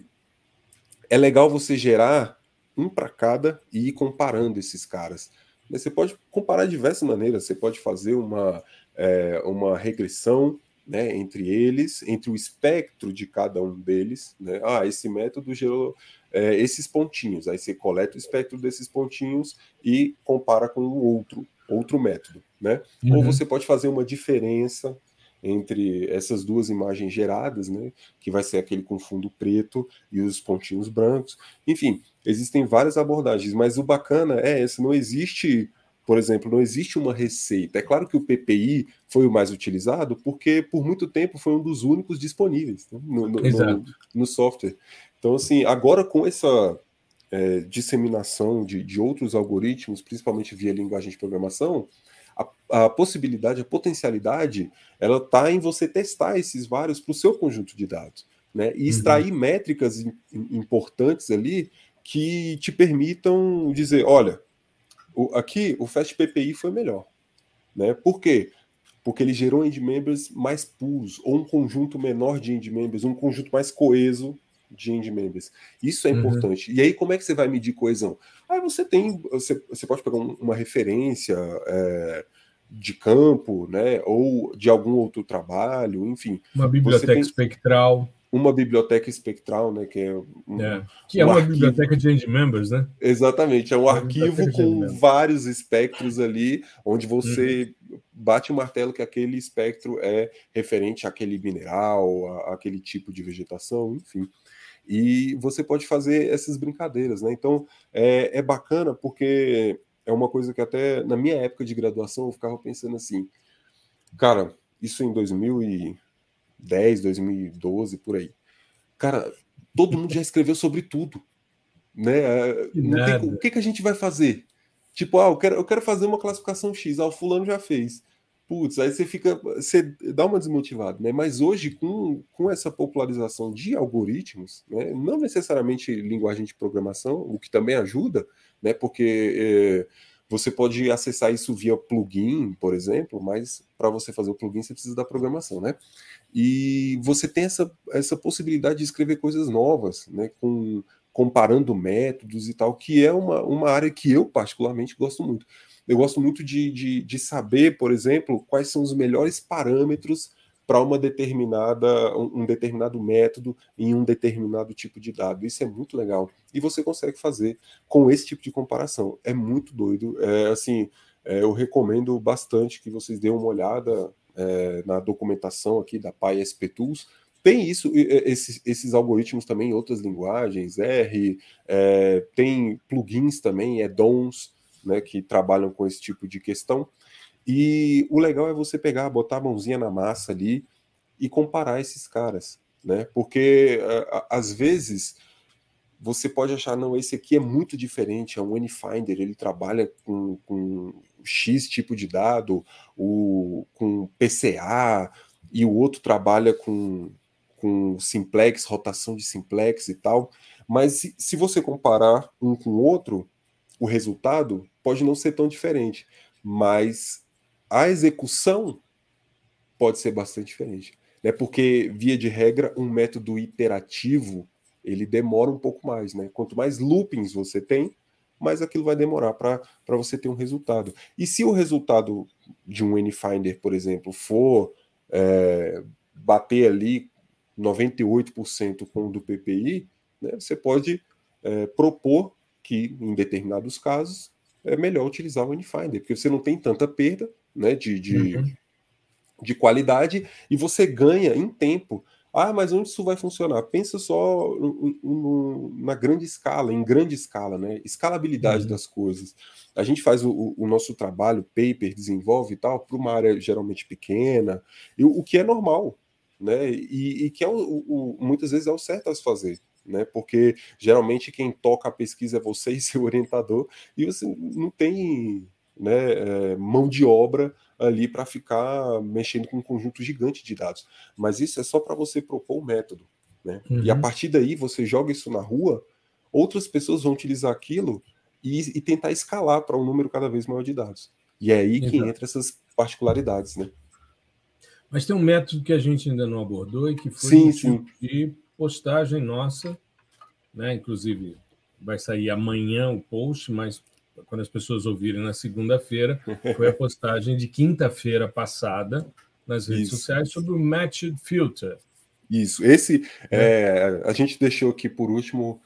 é legal você gerar um para cada e ir comparando esses caras. Você pode comparar de diversas maneiras. Você pode fazer uma, é, uma regressão, né, entre eles, entre o espectro de cada um deles. Né? Ah, esse método gerou é, esses pontinhos. Aí você coleta o espectro desses pontinhos e compara com o outro, outro método. Né? Ou Uhum. você pode fazer uma diferença entre essas duas imagens geradas, né, que vai ser aquele com fundo preto e os pontinhos brancos. Enfim, existem várias abordagens, mas o bacana é esse, não existe por exemplo, não existe uma receita. É claro que o P P I foi o mais utilizado porque por muito tempo foi um dos únicos disponíveis, né, no, no, no, no software. Então, assim, agora com essa é, disseminação de, de outros algoritmos, principalmente via linguagem de programação, a, a possibilidade, a potencialidade, ela está em você testar esses vários para o seu conjunto de dados, né, e extrair uhum. métricas in, in, importantes ali que te permitam dizer, olha, o, aqui o FastPPI foi melhor, né? Por quê? Porque ele gerou end members mais pools, ou um conjunto menor de end members, um conjunto mais coeso de end members. Isso é uhum. importante. E aí, como é que você vai medir coesão? Ah, você tem, você, você pode pegar um, uma referência é, de campo, né? Ou de algum outro trabalho, enfim. Uma biblioteca tem espectral. Uma biblioteca espectral, né? Que é, um, é. Que é um uma arquivo... biblioteca de end members, né? Exatamente, é um uma arquivo com vários espectros ali, onde você uhum. bate o martelo que aquele espectro é referente àquele mineral, à, àquele tipo de vegetação, enfim. E você pode fazer essas brincadeiras, né? Então, é, é bacana porque é uma coisa que até na minha época de graduação eu ficava pensando assim, cara, isso em dois mil e dez, dois mil e doze, por aí. Cara, todo mundo já escreveu sobre tudo. Né? Não tem, o que, que a gente vai fazer? Tipo, ah, eu quero, eu quero fazer uma classificação X, ah, o fulano já fez. Putz, aí você fica, você dá uma desmotivada, né? Mas hoje, com, com essa popularização de algoritmos, né? Não necessariamente linguagem de programação, o que também ajuda, né? Porque é, você pode acessar isso via plugin, por exemplo, mas para você fazer o plugin você precisa da programação, né? E você tem essa, essa possibilidade de escrever coisas novas, né? Com comparando métodos e tal, que é uma, uma área que eu particularmente gosto muito. Eu gosto muito de, de, de saber, por exemplo, quais são os melhores parâmetros para uma determinada, um, um determinado método em um determinado tipo de dado. Isso é muito legal. E você consegue fazer com esse tipo de comparação. É muito doido. É, assim, é, eu recomendo bastante que vocês dêem uma olhada é, na documentação aqui da PySPTools. Tem isso, esses, esses algoritmos também em outras linguagens, R, é, tem plugins também, add-ons, né, que trabalham com esse tipo de questão. E o legal é você pegar, botar a mãozinha na massa ali e comparar esses caras, né? Porque às vezes você pode achar, não, esse aqui é muito diferente, é um Anyfinder, ele trabalha com, com X tipo de dado, o, com P C A, e o outro trabalha com com simplex, rotação de simplex e tal, mas se, se você comparar um com o outro, o resultado pode não ser tão diferente, mas a execução pode ser bastante diferente, né? Porque, via de regra, um método iterativo, ele demora um pouco mais, né? Quanto mais loopings você tem, mais aquilo vai demorar para você ter um resultado. E se o resultado de um Anyfinder, por exemplo, for é, bater ali noventa e oito por cento com o do P P I, né, você pode é, propor que, em determinados casos, é melhor utilizar o Anyfinder, porque você não tem tanta perda, né, de, de, uhum. de qualidade e você ganha em tempo. Ah, mas onde isso vai funcionar? Pensa só no, no, na grande escala, em grande escala, né? Escalabilidade uhum. das coisas. A gente faz o, o nosso trabalho, paper, desenvolve e tal, para uma área geralmente pequena, e o, o que é normal, né? E, e que é o, o, muitas vezes é o certo a se fazer, né? Porque geralmente quem toca a pesquisa é você e seu orientador, e você não tem, né, é, mão de obra ali para ficar mexendo com um conjunto gigante de dados. Mas isso é só para você propor um método, né? Uhum. E a partir daí você joga isso na rua, outras pessoas vão utilizar aquilo e, e tentar escalar para um número cada vez maior de dados. E é aí que Exato. Entra essas particularidades, né? Mas tem um método que a gente ainda não abordou e que foi sim, motivo sim. de postagem nossa, né? Inclusive vai sair amanhã o post, mas quando as pessoas ouvirem na segunda-feira, foi a postagem de quinta-feira passada nas redes Isso. sociais sobre o Matched Filter. Isso. Esse é. É, a gente deixou aqui por último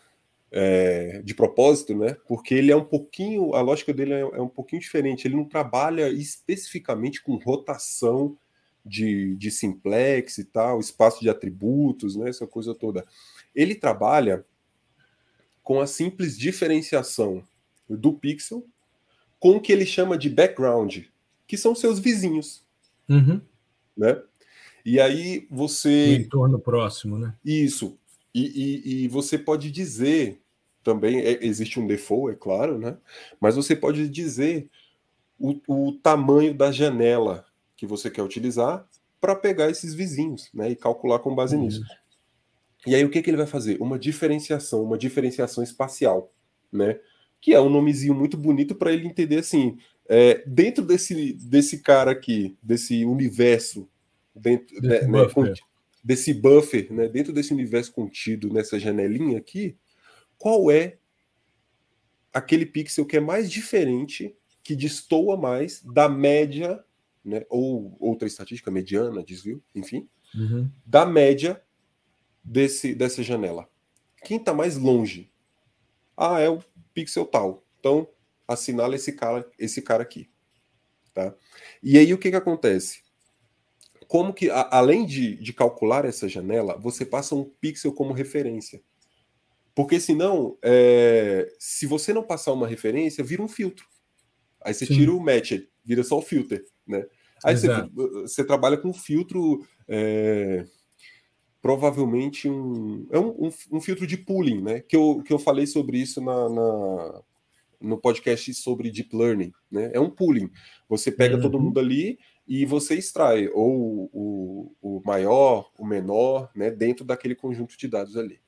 é, de propósito, né? Porque ele é um pouquinho, a lógica dele é, é um pouquinho diferente. Ele não trabalha especificamente com rotação de, de simplex e tal, espaço de atributos, né? Essa coisa toda. Ele trabalha com a simples diferenciação do pixel com o que ele chama de background, que são seus vizinhos. Uhum. Né? E aí você... O entorno próximo, né? Isso. E, e, e você pode dizer também, é, existe um default, é claro, né? Mas você pode dizer o, o tamanho da janela que você quer utilizar para pegar esses vizinhos, né? E calcular com base nisso. Isso. E aí o que, que ele vai fazer? Uma diferenciação, uma diferenciação espacial, né? Que é um nomezinho muito bonito para ele entender assim, é, dentro desse, desse cara aqui, desse universo, dentro, Desse né, buffer. desse buffer, né, dentro desse universo contido nessa janelinha aqui, qual é aquele pixel que é mais diferente, que destoa mais da média, né, ou outra estatística, mediana, desvio, enfim, uhum. da média desse, dessa janela. Quem está mais longe? Ah, é o pixel tal. Então, assinala esse cara, esse cara aqui. Tá? E aí o que, que acontece? Como que, a, além de, de calcular essa janela, você passa um pixel como referência. Porque senão, é, se você não passar uma referência, vira um filtro. Aí você Sim. tira o matched, vira só o filter. Né? Aí você, Exato. você trabalha com filtro... É, provavelmente um, é um, um, um filtro de pooling, né? Que eu, que eu falei sobre isso na, na, no podcast sobre Deep Learning, né? É um pooling. Você pega Uhum. todo mundo ali e você extrai ou o, o maior, o menor, né? Dentro daquele conjunto de dados ali.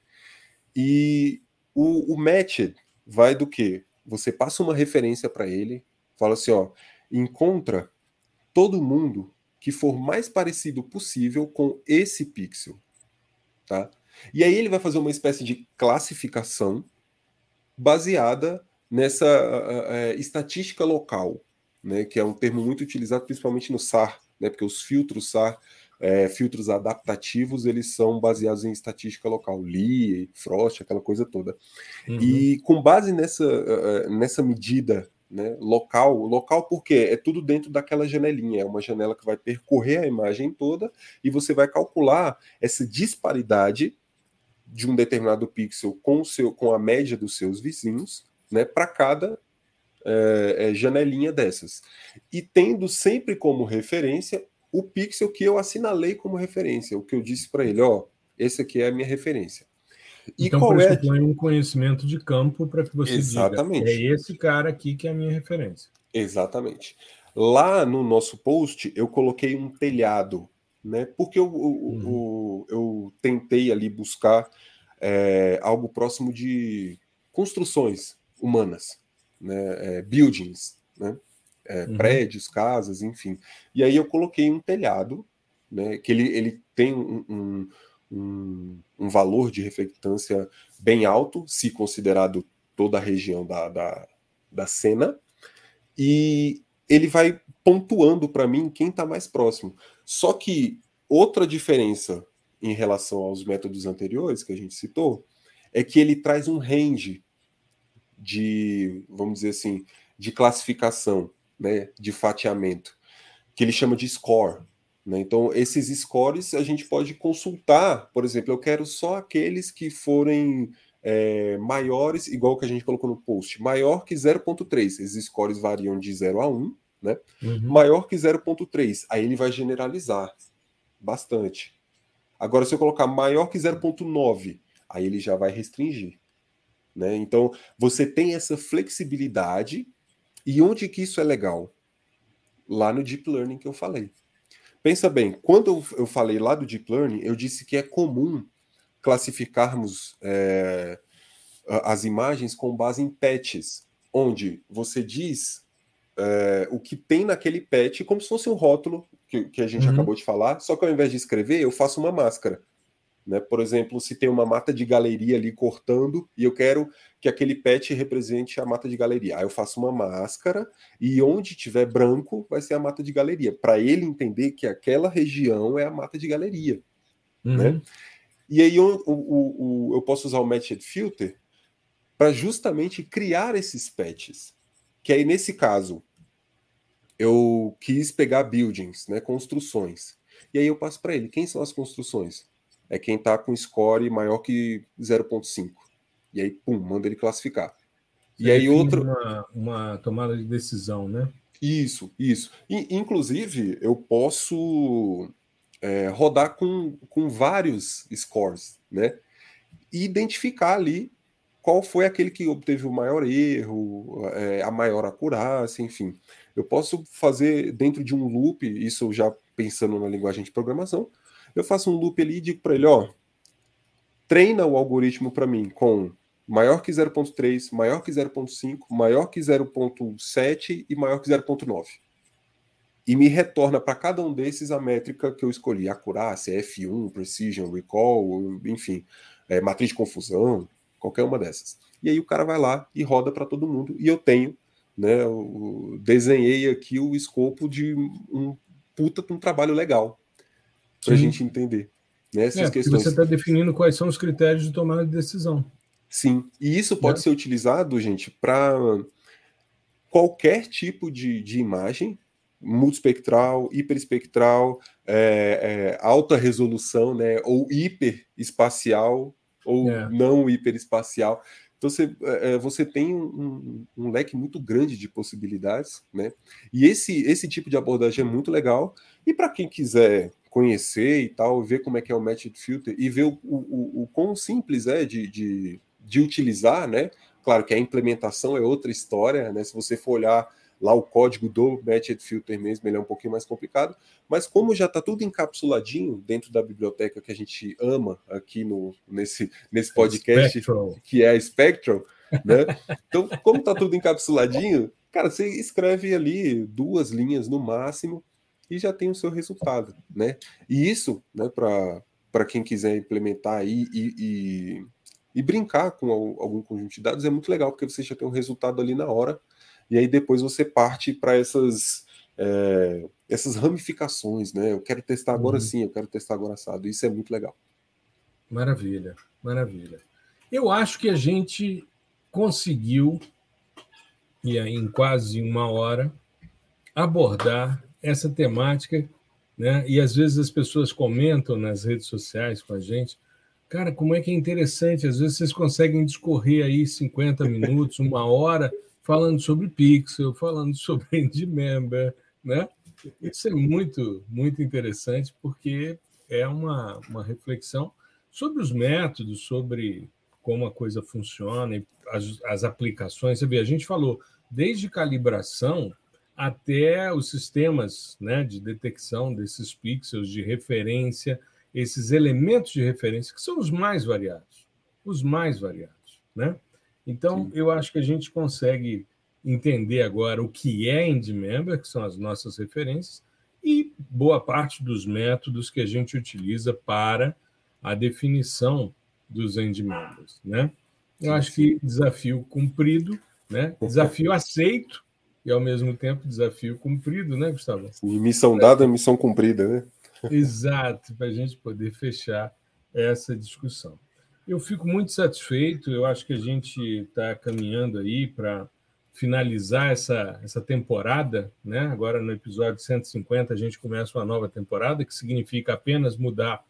E o, o matched vai do quê? Você passa uma referência para ele, fala assim, ó, encontra todo mundo que for mais parecido possível com esse pixel. Tá? E aí ele vai fazer uma espécie de classificação baseada nessa uh, uh, estatística local, né, que é um termo muito utilizado principalmente no S A R, né, porque os filtros S A R, é, filtros adaptativos, eles são baseados em estatística local, Lee, Frost, aquela coisa toda. Uhum. E com base nessa, uh, nessa medida, né, local, local porque é tudo dentro daquela janelinha, é uma janela que vai percorrer a imagem toda e você vai calcular essa disparidade de um determinado pixel com, o seu, com a média dos seus vizinhos, né, para cada é, é, janelinha dessas. E tendo sempre como referência o pixel que eu assinalei como referência, o que eu disse para ele, ó, esse aqui é a minha referência. E então qual pressupõe é? um conhecimento de campo para que você Exatamente. diga, é esse cara aqui que é a minha referência. Exatamente. Lá no nosso post eu coloquei um telhado, né? Porque eu, eu, uhum. eu, eu tentei ali buscar é, algo próximo de construções humanas, né? É, buildings, né? É, uhum. Prédios, casas, enfim. E aí eu coloquei um telhado, né? Que ele, ele tem um, um, um, um valor de reflectância bem alto, se considerado toda a região da, da, da cena. E ele vai pontuando para mim quem está mais próximo. Só que outra diferença em relação aos métodos anteriores que a gente citou é que ele traz um range de, vamos dizer assim, de classificação, né, de fatiamento, que ele chama de score. Né? Então, esses scores a gente pode consultar, por exemplo, eu quero só aqueles que forem é, maiores, igual que a gente colocou no post, maior que zero ponto três. Esses scores variam de zero a um, né? Uhum. Maior que zero ponto três. Aí ele vai generalizar bastante. Agora, se eu colocar maior que zero ponto nove, aí ele já vai restringir. Né? Então, você tem essa flexibilidade. E onde que isso é legal? Lá no Deep Learning que eu falei. Pensa bem, quando eu falei lá do Deep Learning, eu disse que é comum classificarmos é, as imagens com base em patches, onde você diz é, o que tem naquele patch, como se fosse um rótulo que, que a gente uhum. acabou de falar, só que ao invés de escrever, eu faço uma máscara. Né? Por exemplo, se tem uma mata de galeria ali cortando e eu quero que aquele patch represente a mata de galeria. Aí eu faço uma máscara e onde tiver branco vai ser a mata de galeria, para ele entender que aquela região é a mata de galeria. Uhum. Né? E aí eu, eu, eu posso usar o Matched Filter para justamente criar esses patches. Que aí, nesse caso, eu quis pegar buildings, né, construções. E aí eu passo para ele, quem são as construções? É quem está com score maior que zero ponto cinco. E aí, pum, manda ele classificar. Você e aí outro uma, uma tomada de decisão, né? Isso, isso. E, inclusive, eu posso é, rodar com, com vários scores, né? E identificar ali qual foi aquele que obteve o maior erro, é, a maior acurácia, enfim. Eu posso fazer dentro de um loop, isso já pensando na linguagem de programação, eu faço um loop ali e digo para ele, ó, treina o algoritmo para mim com maior que zero ponto três, maior que zero ponto cinco, maior que zero ponto sete e maior que zero ponto nove. E me retorna para cada um desses a métrica que eu escolhi, acurácia, F um, Precision, Recall, enfim, é, matriz de confusão, qualquer uma dessas. E aí o cara vai lá e roda para todo mundo, e eu tenho, né, eu desenhei aqui o escopo de um puta de um trabalho legal para a gente entender. Né, essas é, questões. Você está definindo quais são os critérios de tomada de decisão. Sim, e isso pode é. ser utilizado, gente, para qualquer tipo de, de imagem, multispectral, hiperespectral, é, é, alta resolução, né, ou hiperespacial, ou é. não hiperespacial. Então você, é, você tem um, um leque muito grande de possibilidades, né? E esse, esse tipo de abordagem é muito legal. E para quem quiser conhecer e tal, ver como é que é o Matched Filter e ver o, o, o quão simples é de, de, de utilizar, né? Claro que a implementação é outra história, né? Se você for olhar lá o código do Matched Filter mesmo, ele é um pouquinho mais complicado, mas como já está tudo encapsuladinho dentro da biblioteca que a gente ama aqui no, nesse, nesse podcast, Spectral. Que é a Spectral, né? Então, como está tudo encapsuladinho, cara, você escreve ali duas linhas no máximo e já tem o seu resultado, né? E isso, né, para quem quiser implementar aí e, e, e brincar com algum conjunto de dados é muito legal, porque você já tem um resultado ali na hora, e aí depois você parte para essas, é, essas ramificações, né? Eu quero testar agora uhum. sim, eu quero testar agora assado. Isso é muito legal. Maravilha, maravilha. Eu acho que a gente conseguiu, e aí em quase uma hora, abordar essa temática, né? E às vezes as pessoas comentam nas redes sociais com a gente, cara, como é que é interessante, às vezes vocês conseguem discorrer aí cinquenta minutos, uma hora, falando sobre Pixel, falando sobre Endmember, né? Isso é muito, muito interessante, porque é uma, uma reflexão sobre os métodos, sobre como a coisa funciona, e as, as aplicações. Você vê, a gente falou desde calibração até os sistemas, né, de detecção desses pixels, de referência, esses elementos de referência, que são os mais variados, os mais variados, né? Então, Sim. eu acho que a gente consegue entender agora o que é Endmember, que são as nossas referências, e boa parte dos métodos que a gente utiliza para a definição dos Endmembers, né? Eu sim, acho sim. que desafio cumprido, né? Desafio aceito e, ao mesmo tempo, desafio cumprido, né, Gustavo? Sim, missão dada, missão cumprida, né? Exato, para a gente poder fechar essa discussão. Eu fico muito satisfeito, eu acho que a gente está caminhando aí para finalizar essa, essa temporada, né? Agora, no episódio cento e cinquenta, a gente começa uma nova temporada, que significa apenas mudar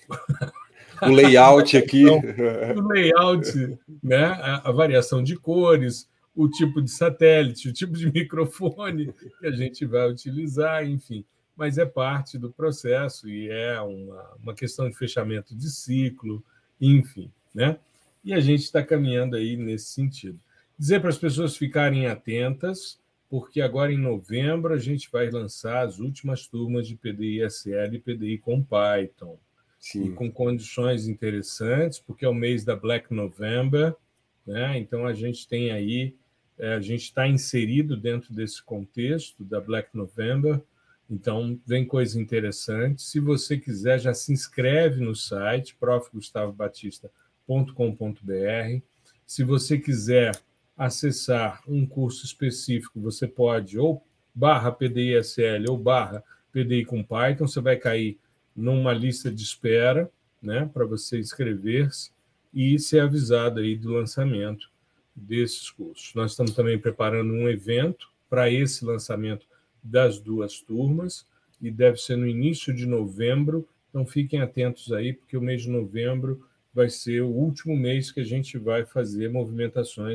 o layout aqui. O layout, né? a, a variação de cores, o tipo de satélite, o tipo de microfone que a gente vai utilizar, enfim. Mas é parte do processo e é uma, uma questão de fechamento de ciclo, enfim, né? E a gente está caminhando aí nesse sentido. Dizer para as pessoas ficarem atentas, porque agora em novembro a gente vai lançar as últimas turmas de P D I S L e P D I com Python. Sim. E com condições interessantes, porque é o mês da Black November, né? Então a gente tem aí, a gente está inserido dentro desse contexto da Black November, então vem coisa interessante. Se você quiser, já se inscreve no site prof gustavo batista ponto com ponto b r. Se você quiser acessar um curso específico, você pode ou barra P D I S L ou barra P D I com Python, você vai cair numa lista de espera, né, para você inscrever-se e ser avisado aí do lançamento desses cursos. Nós estamos também preparando um evento para esse lançamento das duas turmas e deve ser no início de novembro, então fiquem atentos aí, porque o mês de novembro vai ser o último mês que a gente vai fazer movimentações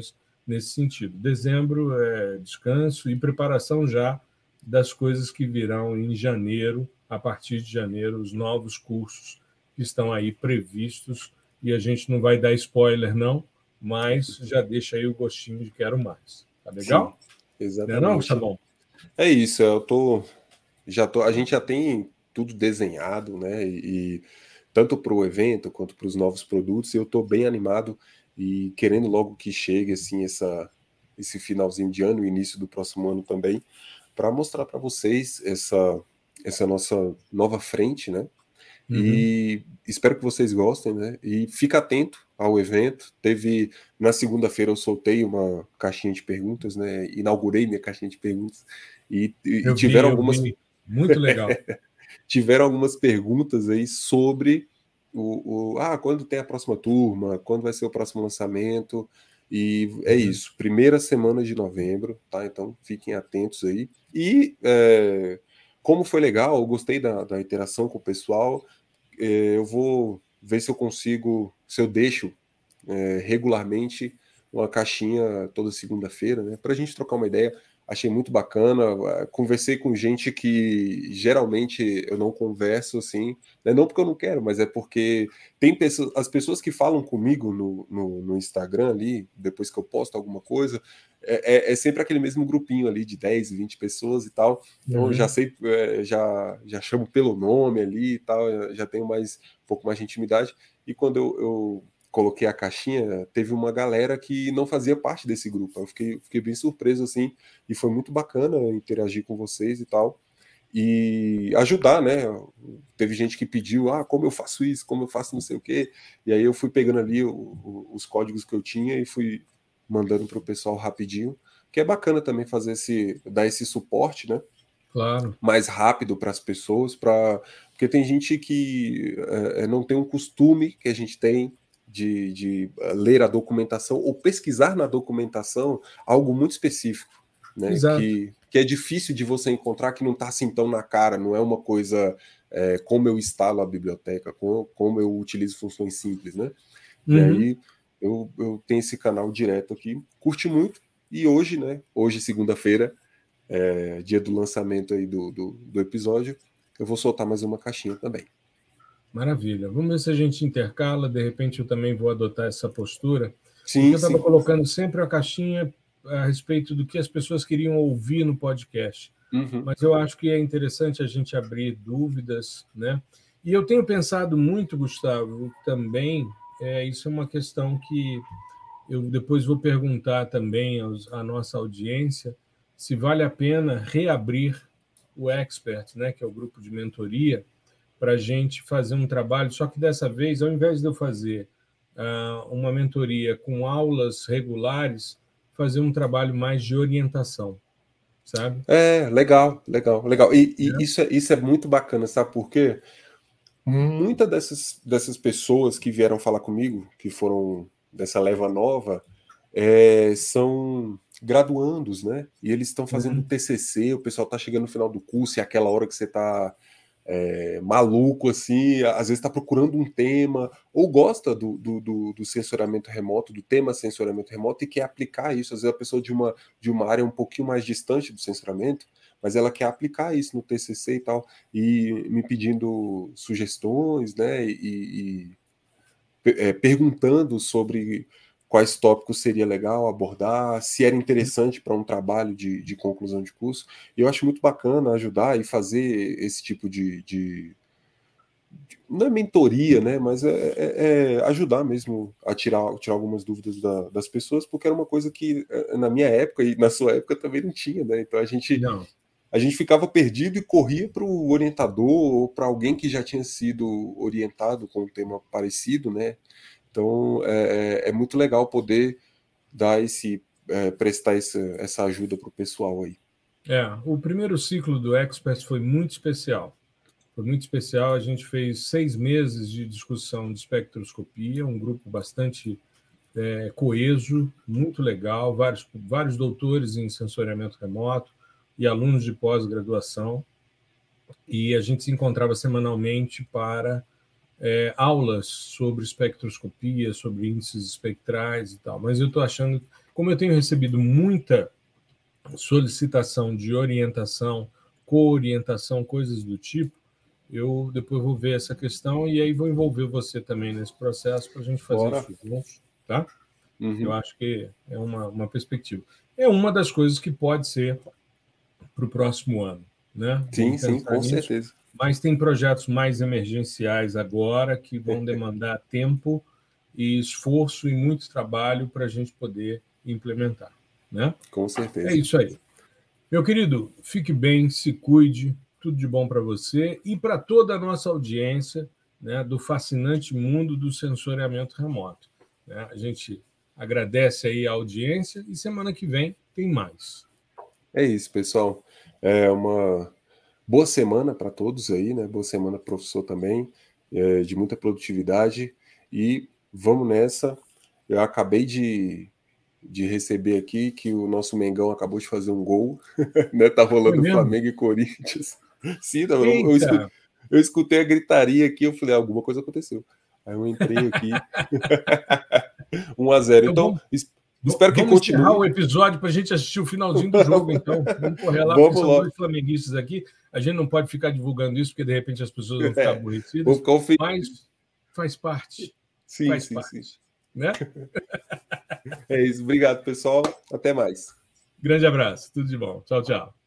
nesse sentido. Dezembro é descanso e preparação já das coisas que virão em janeiro, a partir de janeiro, os novos cursos que estão aí previstos, e a gente não vai dar spoiler, não, mas já deixa aí o gostinho de quero mais. Tá legal? Sim, exatamente. Não é não, tá bom. É isso, eu tô, já tô, a gente já tem tudo desenhado, né? E, e tanto para o evento quanto para os novos produtos, eu estou bem animado e querendo logo que chegue assim essa, esse finalzinho de ano, o início do próximo ano também, para mostrar para vocês essa, essa nossa nova frente, né? Uhum. E espero que vocês gostem, né? E fica atento ao evento. Teve na segunda-feira eu soltei uma caixinha de perguntas, né? Inaugurei minha caixinha de perguntas e, e Eu tiveram vi, eu algumas vi. Muito legal. tiveram algumas perguntas aí sobre o, o ah, quando tem a próxima turma, quando vai ser o próximo lançamento. E é Uhum. isso, primeira semana de novembro, tá? Então fiquem atentos aí. E é, como foi legal, eu gostei da, da interação com o pessoal. É, eu vou ver se eu consigo, se eu deixo é, regularmente uma caixinha toda segunda-feira, né? Para a gente trocar uma ideia. Achei muito bacana. Conversei com gente que geralmente eu não converso assim, né? Não porque eu não quero, mas é porque tem pessoas, as pessoas que falam comigo no, no, no Instagram ali, depois que eu posto alguma coisa, é, é, é sempre aquele mesmo grupinho ali de dez, vinte pessoas e tal. Então Uhum. eu já sei, é, já, já chamo pelo nome ali e tal, já tenho mais, um pouco mais de intimidade. E quando eu, eu coloquei a caixinha, teve uma galera que não fazia parte desse grupo. Eu fiquei, fiquei bem surpreso, assim, e foi muito bacana interagir com vocês e tal. E ajudar, né? Teve gente que pediu, ah, como eu faço isso, como eu faço não sei o quê. E aí eu fui pegando ali o, o, os códigos que eu tinha e fui mandando para o pessoal rapidinho, que é bacana também fazer esse, dar esse suporte, né? Claro. Mais rápido para as pessoas, para porque tem gente que é, não tem um costume que a gente tem de, de ler a documentação ou pesquisar na documentação algo muito específico, né? Exato. Que, que é difícil de você encontrar, que não está assim tão na cara, não é uma coisa é, como eu instalo a biblioteca, como, como eu utilizo funções simples, né? E Uhum. aí eu, eu tenho esse canal direto aqui, curte muito, e hoje, né? Hoje, segunda-feira, é, dia do lançamento aí do, do, do episódio, eu vou soltar mais uma caixinha também. Maravilha. Vamos ver se a gente intercala. De repente, eu também vou adotar essa postura, porque Sim, eu estava sim. colocando sempre a caixinha a respeito do que as pessoas queriam ouvir no podcast. Uhum. Mas eu acho que é interessante a gente abrir dúvidas, né? E eu tenho pensado muito, Gustavo, também, é, isso é uma questão que eu depois vou perguntar também aos, à nossa audiência se vale a pena reabrir o Expert, né, que é o grupo de mentoria, para a gente fazer um trabalho, só que dessa vez, ao invés de eu fazer uh, uma mentoria com aulas regulares, fazer um trabalho mais de orientação, sabe? É, legal, legal, legal. E, e É. isso, é, isso é muito bacana, sabe por quê? Muitas dessas, dessas pessoas que vieram falar comigo, que foram dessa leva nova, é, são graduandos, né? E eles estão fazendo Uhum. T C C, o pessoal está chegando no final do curso, e é aquela hora que você está é, maluco, assim, às vezes está procurando um tema, ou gosta do, do, do, do sensoramento remoto, do tema sensoramento remoto, e quer aplicar isso. Às vezes a pessoa de uma, de uma área um pouquinho mais distante do sensoramento, mas ela quer aplicar isso no T C C e tal, e me pedindo sugestões, né, e, e é, perguntando sobre quais tópicos seria legal abordar, se era interessante para um trabalho de, de conclusão de curso. E eu acho muito bacana ajudar e fazer esse tipo de, de não é mentoria, né? Mas é, é, é ajudar mesmo a tirar, tirar algumas dúvidas da, das pessoas, porque era uma coisa que na minha época e na sua época também não tinha, né? Então a gente, Não. a gente ficava perdido e corria para o orientador ou para alguém que já tinha sido orientado com um tema parecido, né? Então é, é muito legal poder dar esse, é, prestar essa, essa ajuda para o pessoal aí. É, o primeiro ciclo do Expert foi muito especial. Foi muito especial. A gente fez seis meses de discussão de espectroscopia, um grupo bastante é, coeso, muito legal, vários, vários doutores em sensoriamento remoto e alunos de pós-graduação. E a gente se encontrava semanalmente para é, aulas sobre espectroscopia, sobre índices espectrais e tal. Mas eu estou achando Como eu tenho recebido muita solicitação de orientação, co-orientação, coisas do tipo, eu depois vou ver essa questão e aí vou envolver você também nesse processo para a gente fazer Bora. isso juntos, tá? Uhum. Eu acho que é uma, uma perspectiva. É uma das coisas que pode ser para o próximo ano, né? Sim, sim, com nisso. certeza. Mas tem projetos mais emergenciais agora que vão demandar tempo e esforço e muito trabalho para a gente poder implementar, né? Com certeza. É isso aí. Meu querido, fique bem, se cuide, tudo de bom para você e para toda a nossa audiência, né, do fascinante mundo do sensoriamento remoto. Né? A gente agradece aí a audiência e semana que vem tem mais. É isso, pessoal. É uma boa semana para todos aí, né? Boa semana, professor, também, é, de muita produtividade. E vamos nessa. Eu acabei de, de receber aqui que o nosso Mengão acabou de fazer um gol, né? Tá rolando Flamengo e Corinthians. Sim, tá, eu, eu, escutei, eu escutei a gritaria aqui, eu falei, alguma coisa aconteceu. Aí eu entrei aqui. um a zero. Então, então vamos, espero que vamos continue. Vamos encerrar o episódio para a gente assistir o finalzinho do jogo, então. Vamos correr lá, vamos porque são lá. dois flamenguistas aqui. A gente não pode ficar divulgando isso, porque de repente as pessoas vão ficar é, aborrecidas. Vou ficar mas faz parte. Sim, faz sim, parte. sim. Né? É isso. Obrigado, pessoal. Até mais. Grande abraço. Tudo de bom. Tchau, tchau.